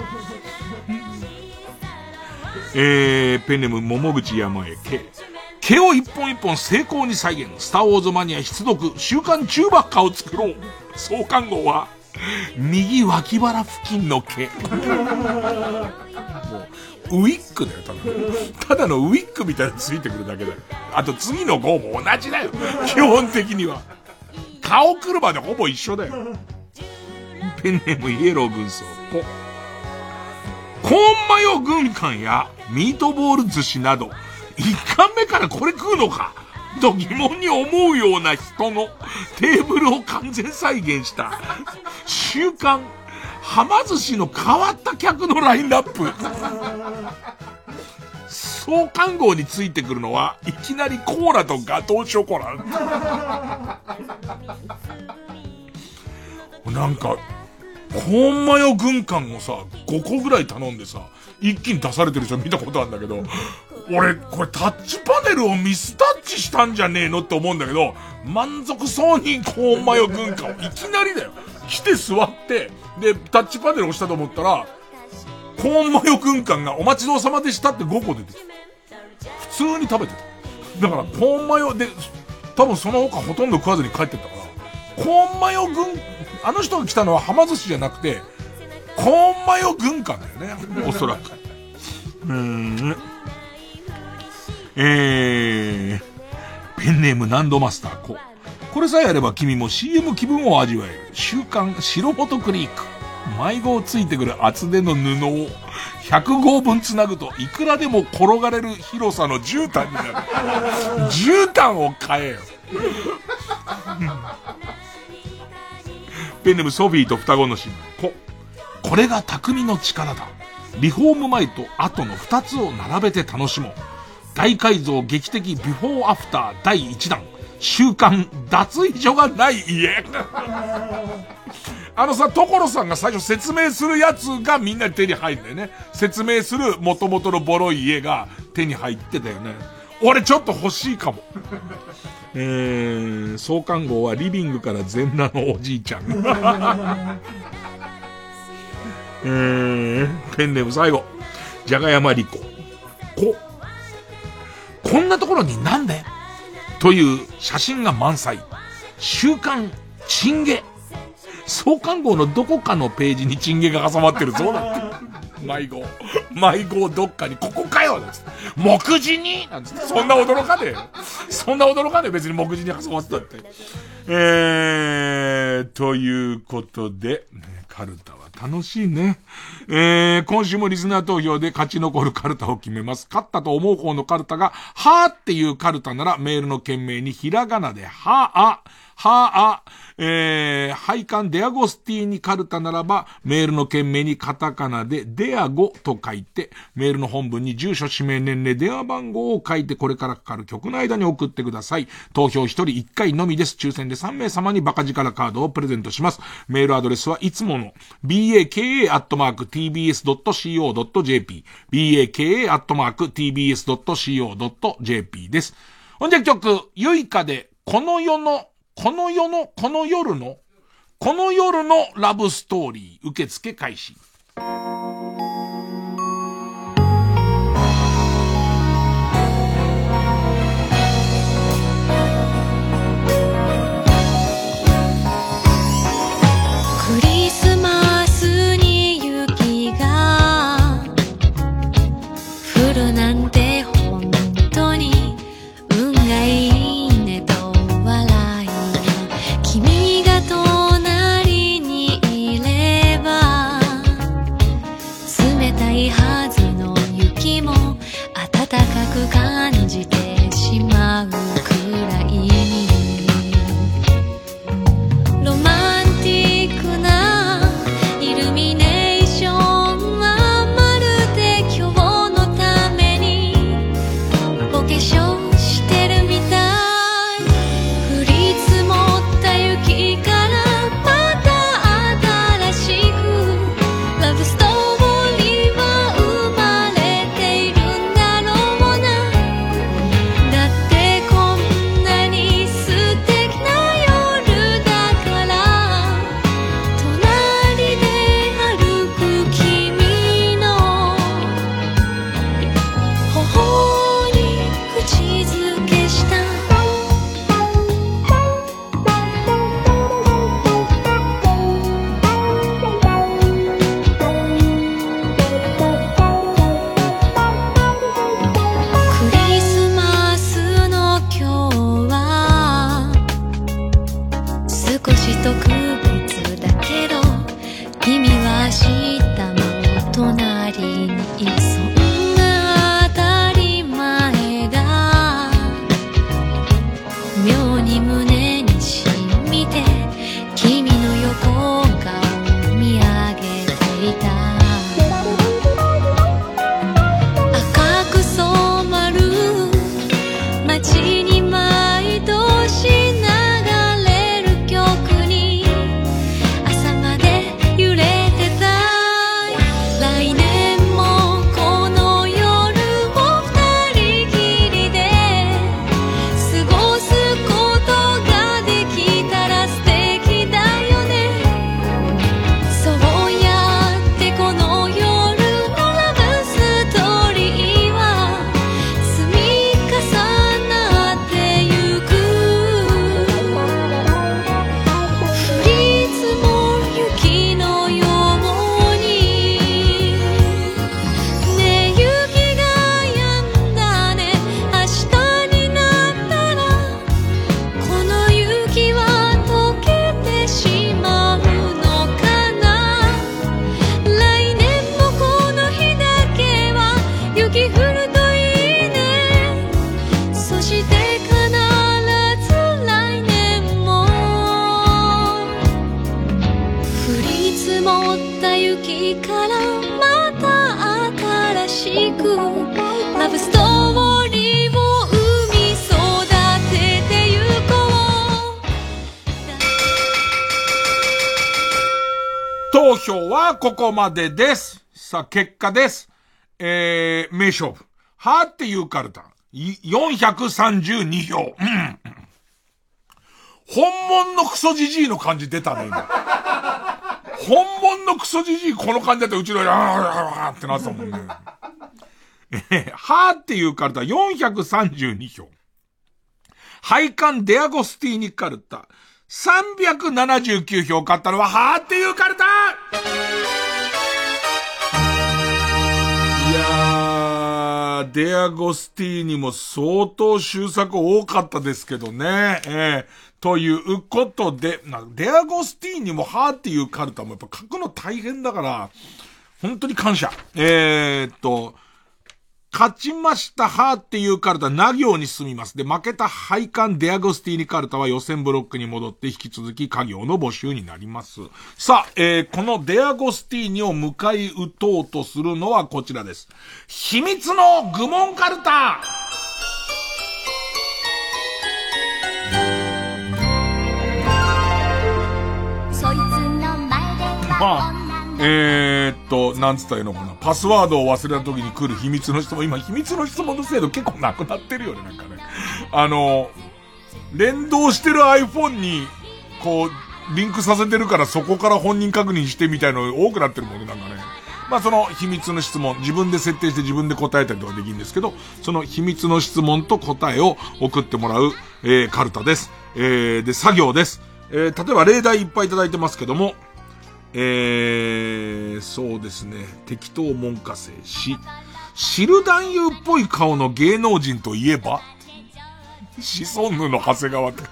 ペンネーム桃口山へ毛を一本一本精巧に再現、スターウォーズマニア必読週刊チューバッカを作ろう。創刊号は右脇腹付近の毛。もうウィッグだよ、ただのウィッグみたいなのついてくるだけだよ。あと次の号も同じだよ、基本的には顔くるまでほぼ一緒だよ。ペンネームイエロー軍曹。コーンマヨ軍艦やミートボール寿司など1貫目からこれ食うのかと疑問に思うような人のテーブルを完全再現した週刊はま寿司の変わった客のラインナップ。創刊号についてくるのはいきなりコーラとガトーショコラ。なんかコーンマヨ軍艦をさ5個ぐらい頼んでさ一気に出されてる人見たことあるんだけど、俺これタッチパネルをミスタッチしたんじゃねえのって思うんだけど、満足そうにコーンマヨ軍艦をいきなりだよ来て座ってでタッチパネルを押したと思ったら、コーンマヨ軍艦がお待ちどうさまでしたって5個出てきた。普通に食べてた。だからコーンマヨで多分その他ほとんど食わずに帰ってったから、コーンマヨ軍、あの人が来たのははま寿司じゃなくてコーンマヨ軍艦だよね、おそらく。ペンネームナンドマスター。これさえあれば君も CM 気分を味わえる週刊白本クリーク。迷子ついてくる厚手の布を100号分つなぐといくらでも転がれる広さの絨毯になる。絨毯を買えよ。ペンネームソフィーと双子の姉妹。これが匠の力だ。リフォーム前と後の2つを並べて楽しもう。大改造劇的ビフォーアフター第1弾週刊脱衣所がない家。あのさ、所さんが最初説明するやつがみんなに手に入るんだよね。説明する元々のボロい家が手に入ってたよね。俺ちょっと欲しいかも。創刊号はリビングから全裸のおじいちゃん。ペンネーム最後じゃがやまりこ。こんなところになんでという写真が満載週刊チンゲ。創刊号のどこかのページにチンゲが挟まってるぞだって。迷子どっかにここかよなんつって、目次になんつって、そんな驚かねえ別に目次に挟まってたって。ということで、カルタは楽しいね。今週もリスナー投票で勝ち残るカルタを決めます。勝ったと思う方のカルタがはーっていうカルタならメールの件名にひらがなではあ、配管デアゴスティーニカルタならばメールの件名にカタカナでデアゴと書いて、メールの本文に住所、氏名、年齢、電話番号を書いて、これからかかる曲の間に送ってください。投票1人1回のみです。抽選で3名様にバカ力カードをプレゼントします。メールアドレスはいつもの baka@tbs.co.jp baka@tbs.co.jp です。ほんじゃ曲、ゆいかでこの夜のラブストーリー受付開始。 クリスマスに雪が降るなんて本当に運がいい。 賞はここまでです。さあ、結果です。名勝負。はっていうカルタ。432票。うん。本物のクソジジイの感じ出たね、今。本物のクソジジイこの感じだったらうちのってなったもんね。はっていうカルタ432票。配管デアゴスティーニカルタ379票買ったのははっていうカルタ。いやー、デアゴスティーニも相当修作多かったですけどね。ということで、デアゴスティーニもはっていうカルタもやっぱ書くの大変だから、本当に感謝。勝ちましたはっていうカルタ、な行に進みます。で、負けた配管デアゴスティーニカルタは予選ブロックに戻って引き続き家業の募集になります。さあ、このデアゴスティーニを迎え撃とうとするのはこちらです。秘密の愚問カルタ。なんつったらいいのかな。パスワードを忘れた時に来る秘密の質問。今、秘密の質問の精度結構なくなってるよね、なんかね。連動してる iPhone に、こう、リンクさせてるからそこから本人確認してみたいの多くなってるもんね、なんかね。まあ、その秘密の質問、自分で設定して自分で答えたりとかできるんですけど、その秘密の質問と答えを送ってもらう、カルタです。で、作業です。例えば例題いっぱいいただいてますけども、そうですね。適当門下生知る男優っぽい顔の芸能人といえばシソンヌの長谷川って。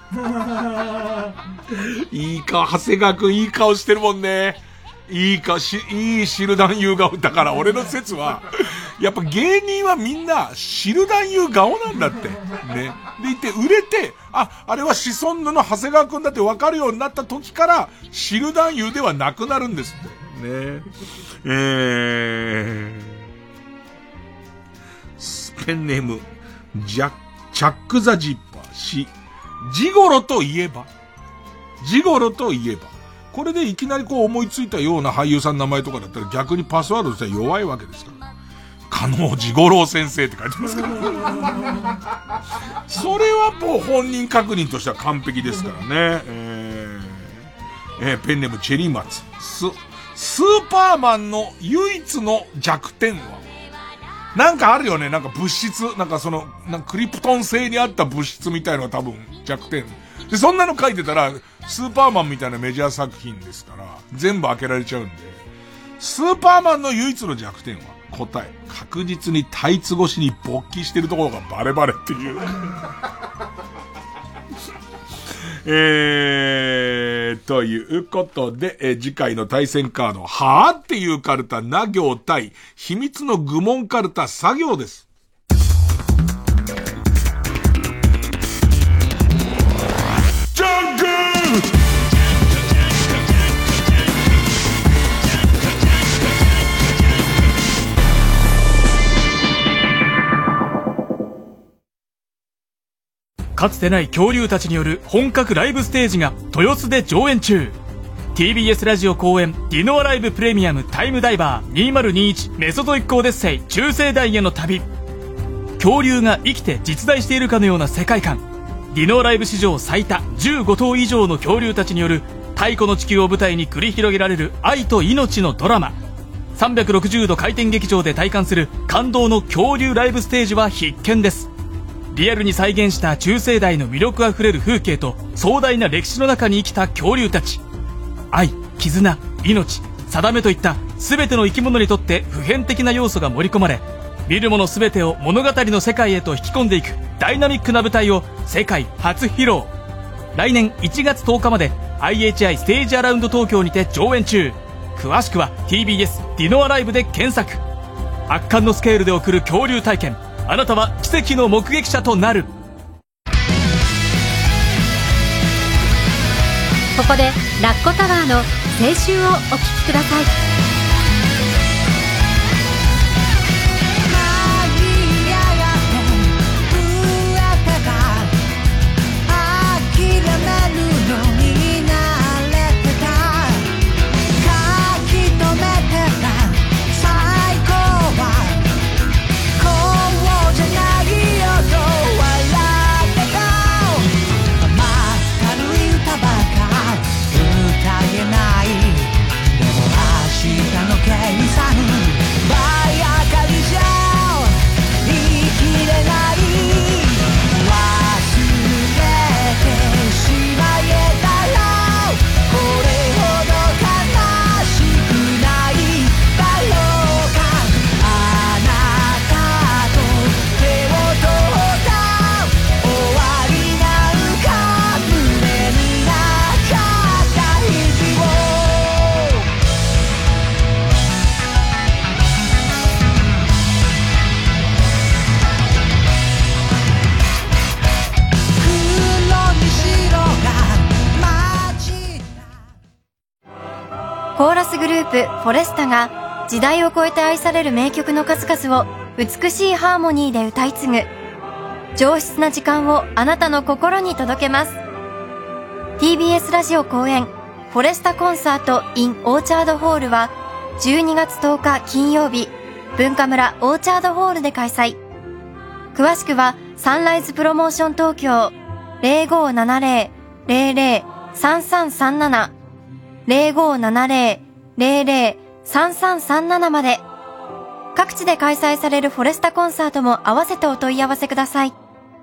いい顔、長谷川くんいい顔してるもんね。いい知る男優顔だから、俺の説は、やっぱ芸人はみんな知る男優顔なんだって。ね。でいて、売れて、あれはシソンヌの長谷川くんだって分かるようになった時から、知る男優ではなくなるんですって。ね。ペンネーム、チャックザジッパージゴロといえばこれでいきなりこう思いついたような俳優さんの名前とかだったら逆にパスワードとしては弱いわけですから。加納治五郎先生って書いてますから。それはもう本人確認としては完璧ですからね。ペンネームチェリーマツ。スーパーマンの唯一の弱点はなんかあるよね。なんか物質、なんかクリプトン製にあった物質みたいのが多分弱点。で、そんなの書いてたら、スーパーマンみたいなメジャー作品ですから、全部開けられちゃうんで、スーパーマンの唯一の弱点は、答え、確実にタイツ越しに勃起してるところがバレバレっていう。ということで、次回の対戦カード、はぁっていうカルタ、な行対、秘密の愚問カルタ、作業です。ジャンクかつてない恐竜たちによる本格ライブステージが豊洲で上演中。 TBS ラジオ公演ディノアライブプレミアムタイムダイバー2021メソゾイックオデッセイ中生代への旅。恐竜が生きて実在しているかのような世界観。ディノアライブ史上最多15頭以上の恐竜たちによる太古の地球を舞台に繰り広げられる愛と命のドラマ。360度回転劇場で体感する感動の恐竜ライブステージは必見です。リアルに再現した中生代の魅力あふれる風景と壮大な歴史の中に生きた恐竜たち。愛、絆、命、定めといった全ての生き物にとって普遍的な要素が盛り込まれ、見るもの全てを物語の世界へと引き込んでいくダイナミックな舞台を世界初披露。来年1月10日まで IHI ステージアラウンド東京にて上演中。詳しくは TBS ディノアライブで検索。圧巻のスケールで送る恐竜体験、あなたは奇跡の目撃者となる。 ここでラッコタワーの青春をお聴きください。 諦めるのに慣れてた書きスグループフォレスタが時代を超えて愛される名曲の数々を美しいハーモニーで歌い継ぐ上質な時間をあなたの心に届けます。 TBS ラジオ公演フォレスタコンサート in オーチャードホールは12月10日金曜日、文化村オーチャードホールで開催。詳しくはサンライズプロモーション東京 0570-003337 0570-003337 まで。各地で開催されるフォレスタコンサートも合わせてお問い合わせください。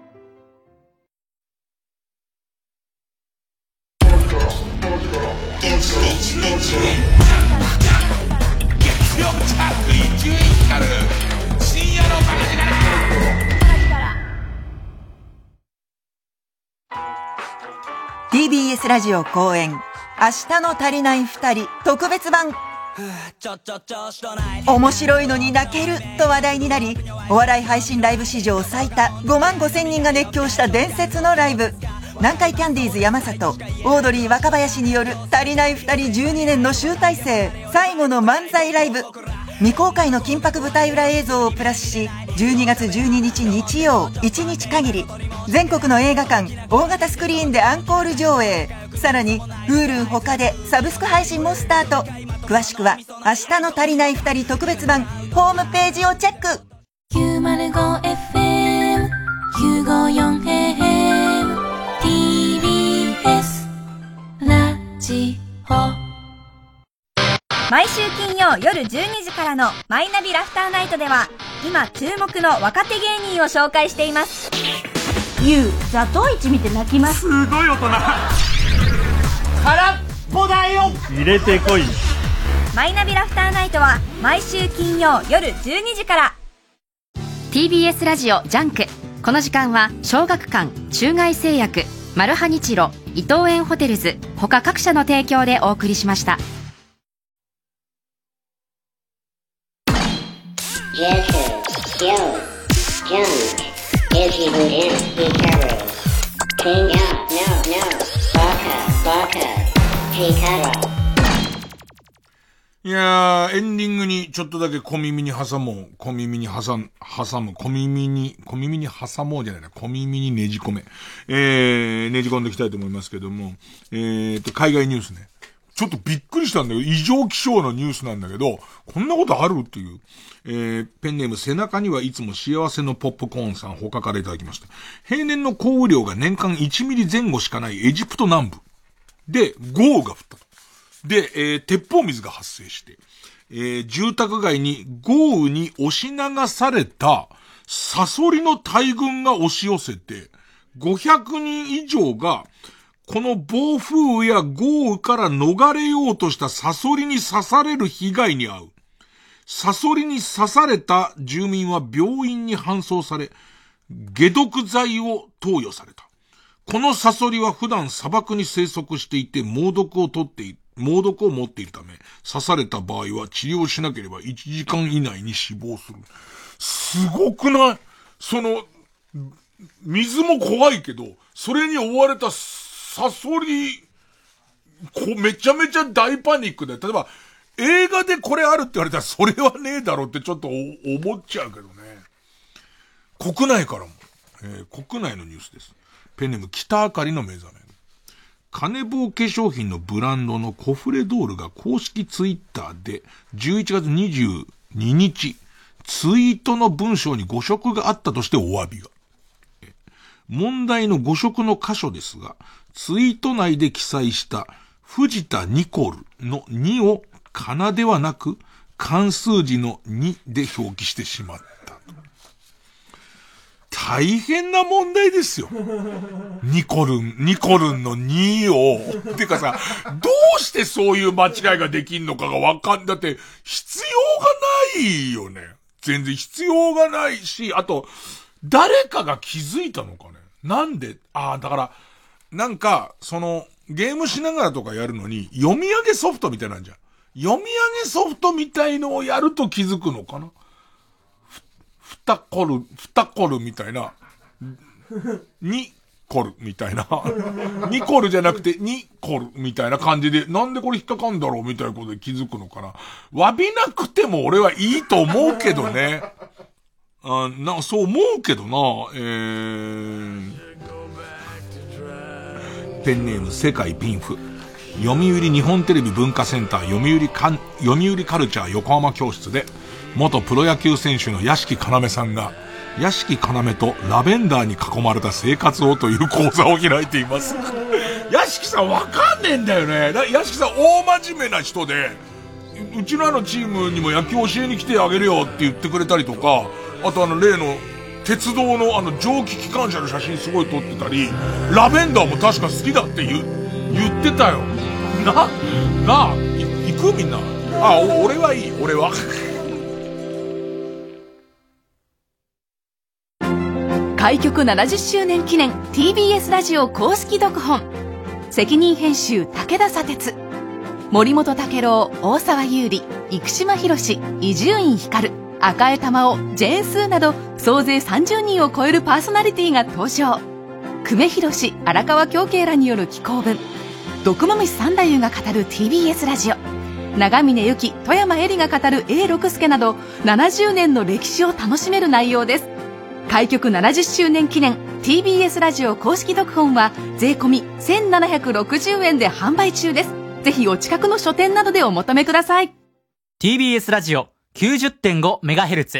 TBS ラジオ公演明日の足りない二人特別版。面白いのに泣けると話題になり、お笑い配信ライブ史上最多5万5千人が熱狂した伝説のライブ。南海キャンディーズ山里、オードリー若林による足りない二人12年の集大成最後の漫才ライブ。未公開の緊迫舞台裏映像をプラスし、12月12日日曜1日限り全国の映画館大型スクリーンでアンコール上映。さらに Hulu 他でサブスク配信もスタート。詳しくは明日の足りない二人特別版ホームページをチェック。 905FM954AM TBS ラジオ。 毎週金曜夜12時からのマイナビラフターナイトでは今注目の若手芸人を紹介しています。 ユウ、ザトウイチ見て泣きます。 すごい大人。 空っぽだよ。 入れてこい。マイナビラフターナイトは毎週金曜夜12時から。 TBS ラジオジャンク。この時間は小学館、中外製薬、マルハニチロ、伊東園ホテルズ他各社の提供でお送りしました。 いやー、エンディングにちょっとだけ小耳に挟もう。小耳に挟む。小耳に挟もうじゃないな。小耳にねじ込め。ねじ込んでいきたいと思いますけども。海外ニュースね。ちょっとびっくりしたんだけど、異常気象のニュースなんだけど、こんなことあるっていう。ペンネーム背中にはいつも幸せのポップコーンさん他からいただきました。平年の降雨量が年間1ミリ前後しかないエジプト南部で豪雨が降ったと。で、鉄砲水が発生して、住宅街に豪雨に押し流されたサソリの大群が押し寄せて、500人以上がこの暴風雨や豪雨から逃れようとしたサソリに刺される被害に遭う。サソリに刺された住民は病院に搬送され、解毒剤を投与された。このサソリは普段砂漠に生息していて猛毒を持っているため、刺された場合は治療しなければ1時間以内に死亡する。すごくない？水も怖いけど、それに追われたサソリ、めちゃめちゃ大パニックだよ。例えば、映画でこれあるって言われたらそれはねえだろってちょっと思っちゃうけどね。国内からも、国内のニュースです。ペンネーム北あかりの目覚め。金棒化粧品のブランドのコフレドールが公式ツイッターで11月22日、ツイートの文章に誤植があったとしてお詫びが。問題の誤植の箇所ですが、ツイート内で記載した藤田ニコルの2をかなではなく漢数字の2で表記してしまった。大変な問題ですよ。ニコルンの2を。てかさ、どうしてそういう間違いができんのかがだって必要がないよね。全然必要がないし、あと、誰かが気づいたのかね。なんで、だから、なんか、ゲームしながらとかやるのに、読み上げソフトみたいなんじゃん。読み上げソフトみたいのをやると気づくのかな。ふたこるみたいな。 コルみたいな。ニコルじゃなくてニコルみたいな感じで、なんでこれ引っかかんだろうみたいなことで気づくのかな。詫びなくても俺はいいと思うけどね。そう思うけどな。ペンネーム世界ピンフ。読売日本テレビ文化センター読売カルチャー横浜教室で、元プロ野球選手の屋敷要さんが、屋敷要とラベンダーに囲まれた生活をという講座を開いています。屋敷さんわかんねえんだよね。屋敷さん大真面目な人で、うちのチームにも野球教えに来てあげるよって言ってくれたりとか、あと例の鉄道の蒸気機関車の写真すごい撮ってたり、ラベンダーも確か好きだって言ってたよ。行くみんな。俺はいい、俺は。 開局70周年記念 TBS ラジオ公式読本。責任編集武田砂鉄、森本武郎、大沢優里、生島博士、伊集院光、赤江玉緒、ジェーンスーなど総勢30人を超えるパーソナリティが登場。久米宏、荒川京慶らによる紀行文。毒まむし三太夫が語る TBS ラジオ。長峰由紀、富山恵里が語る A 六輔など70年の歴史を楽しめる内容です。開局70周年記念 TBS ラジオ公式読本は税込み1760円で販売中です。ぜひお近くの書店などでお求めください。 TBS ラジオ 90.5MHz。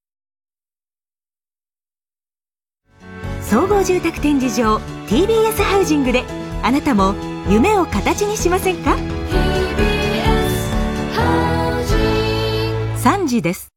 総合住宅展示場 TBS ハウジングであなたも夢を形にしませんか？3時です。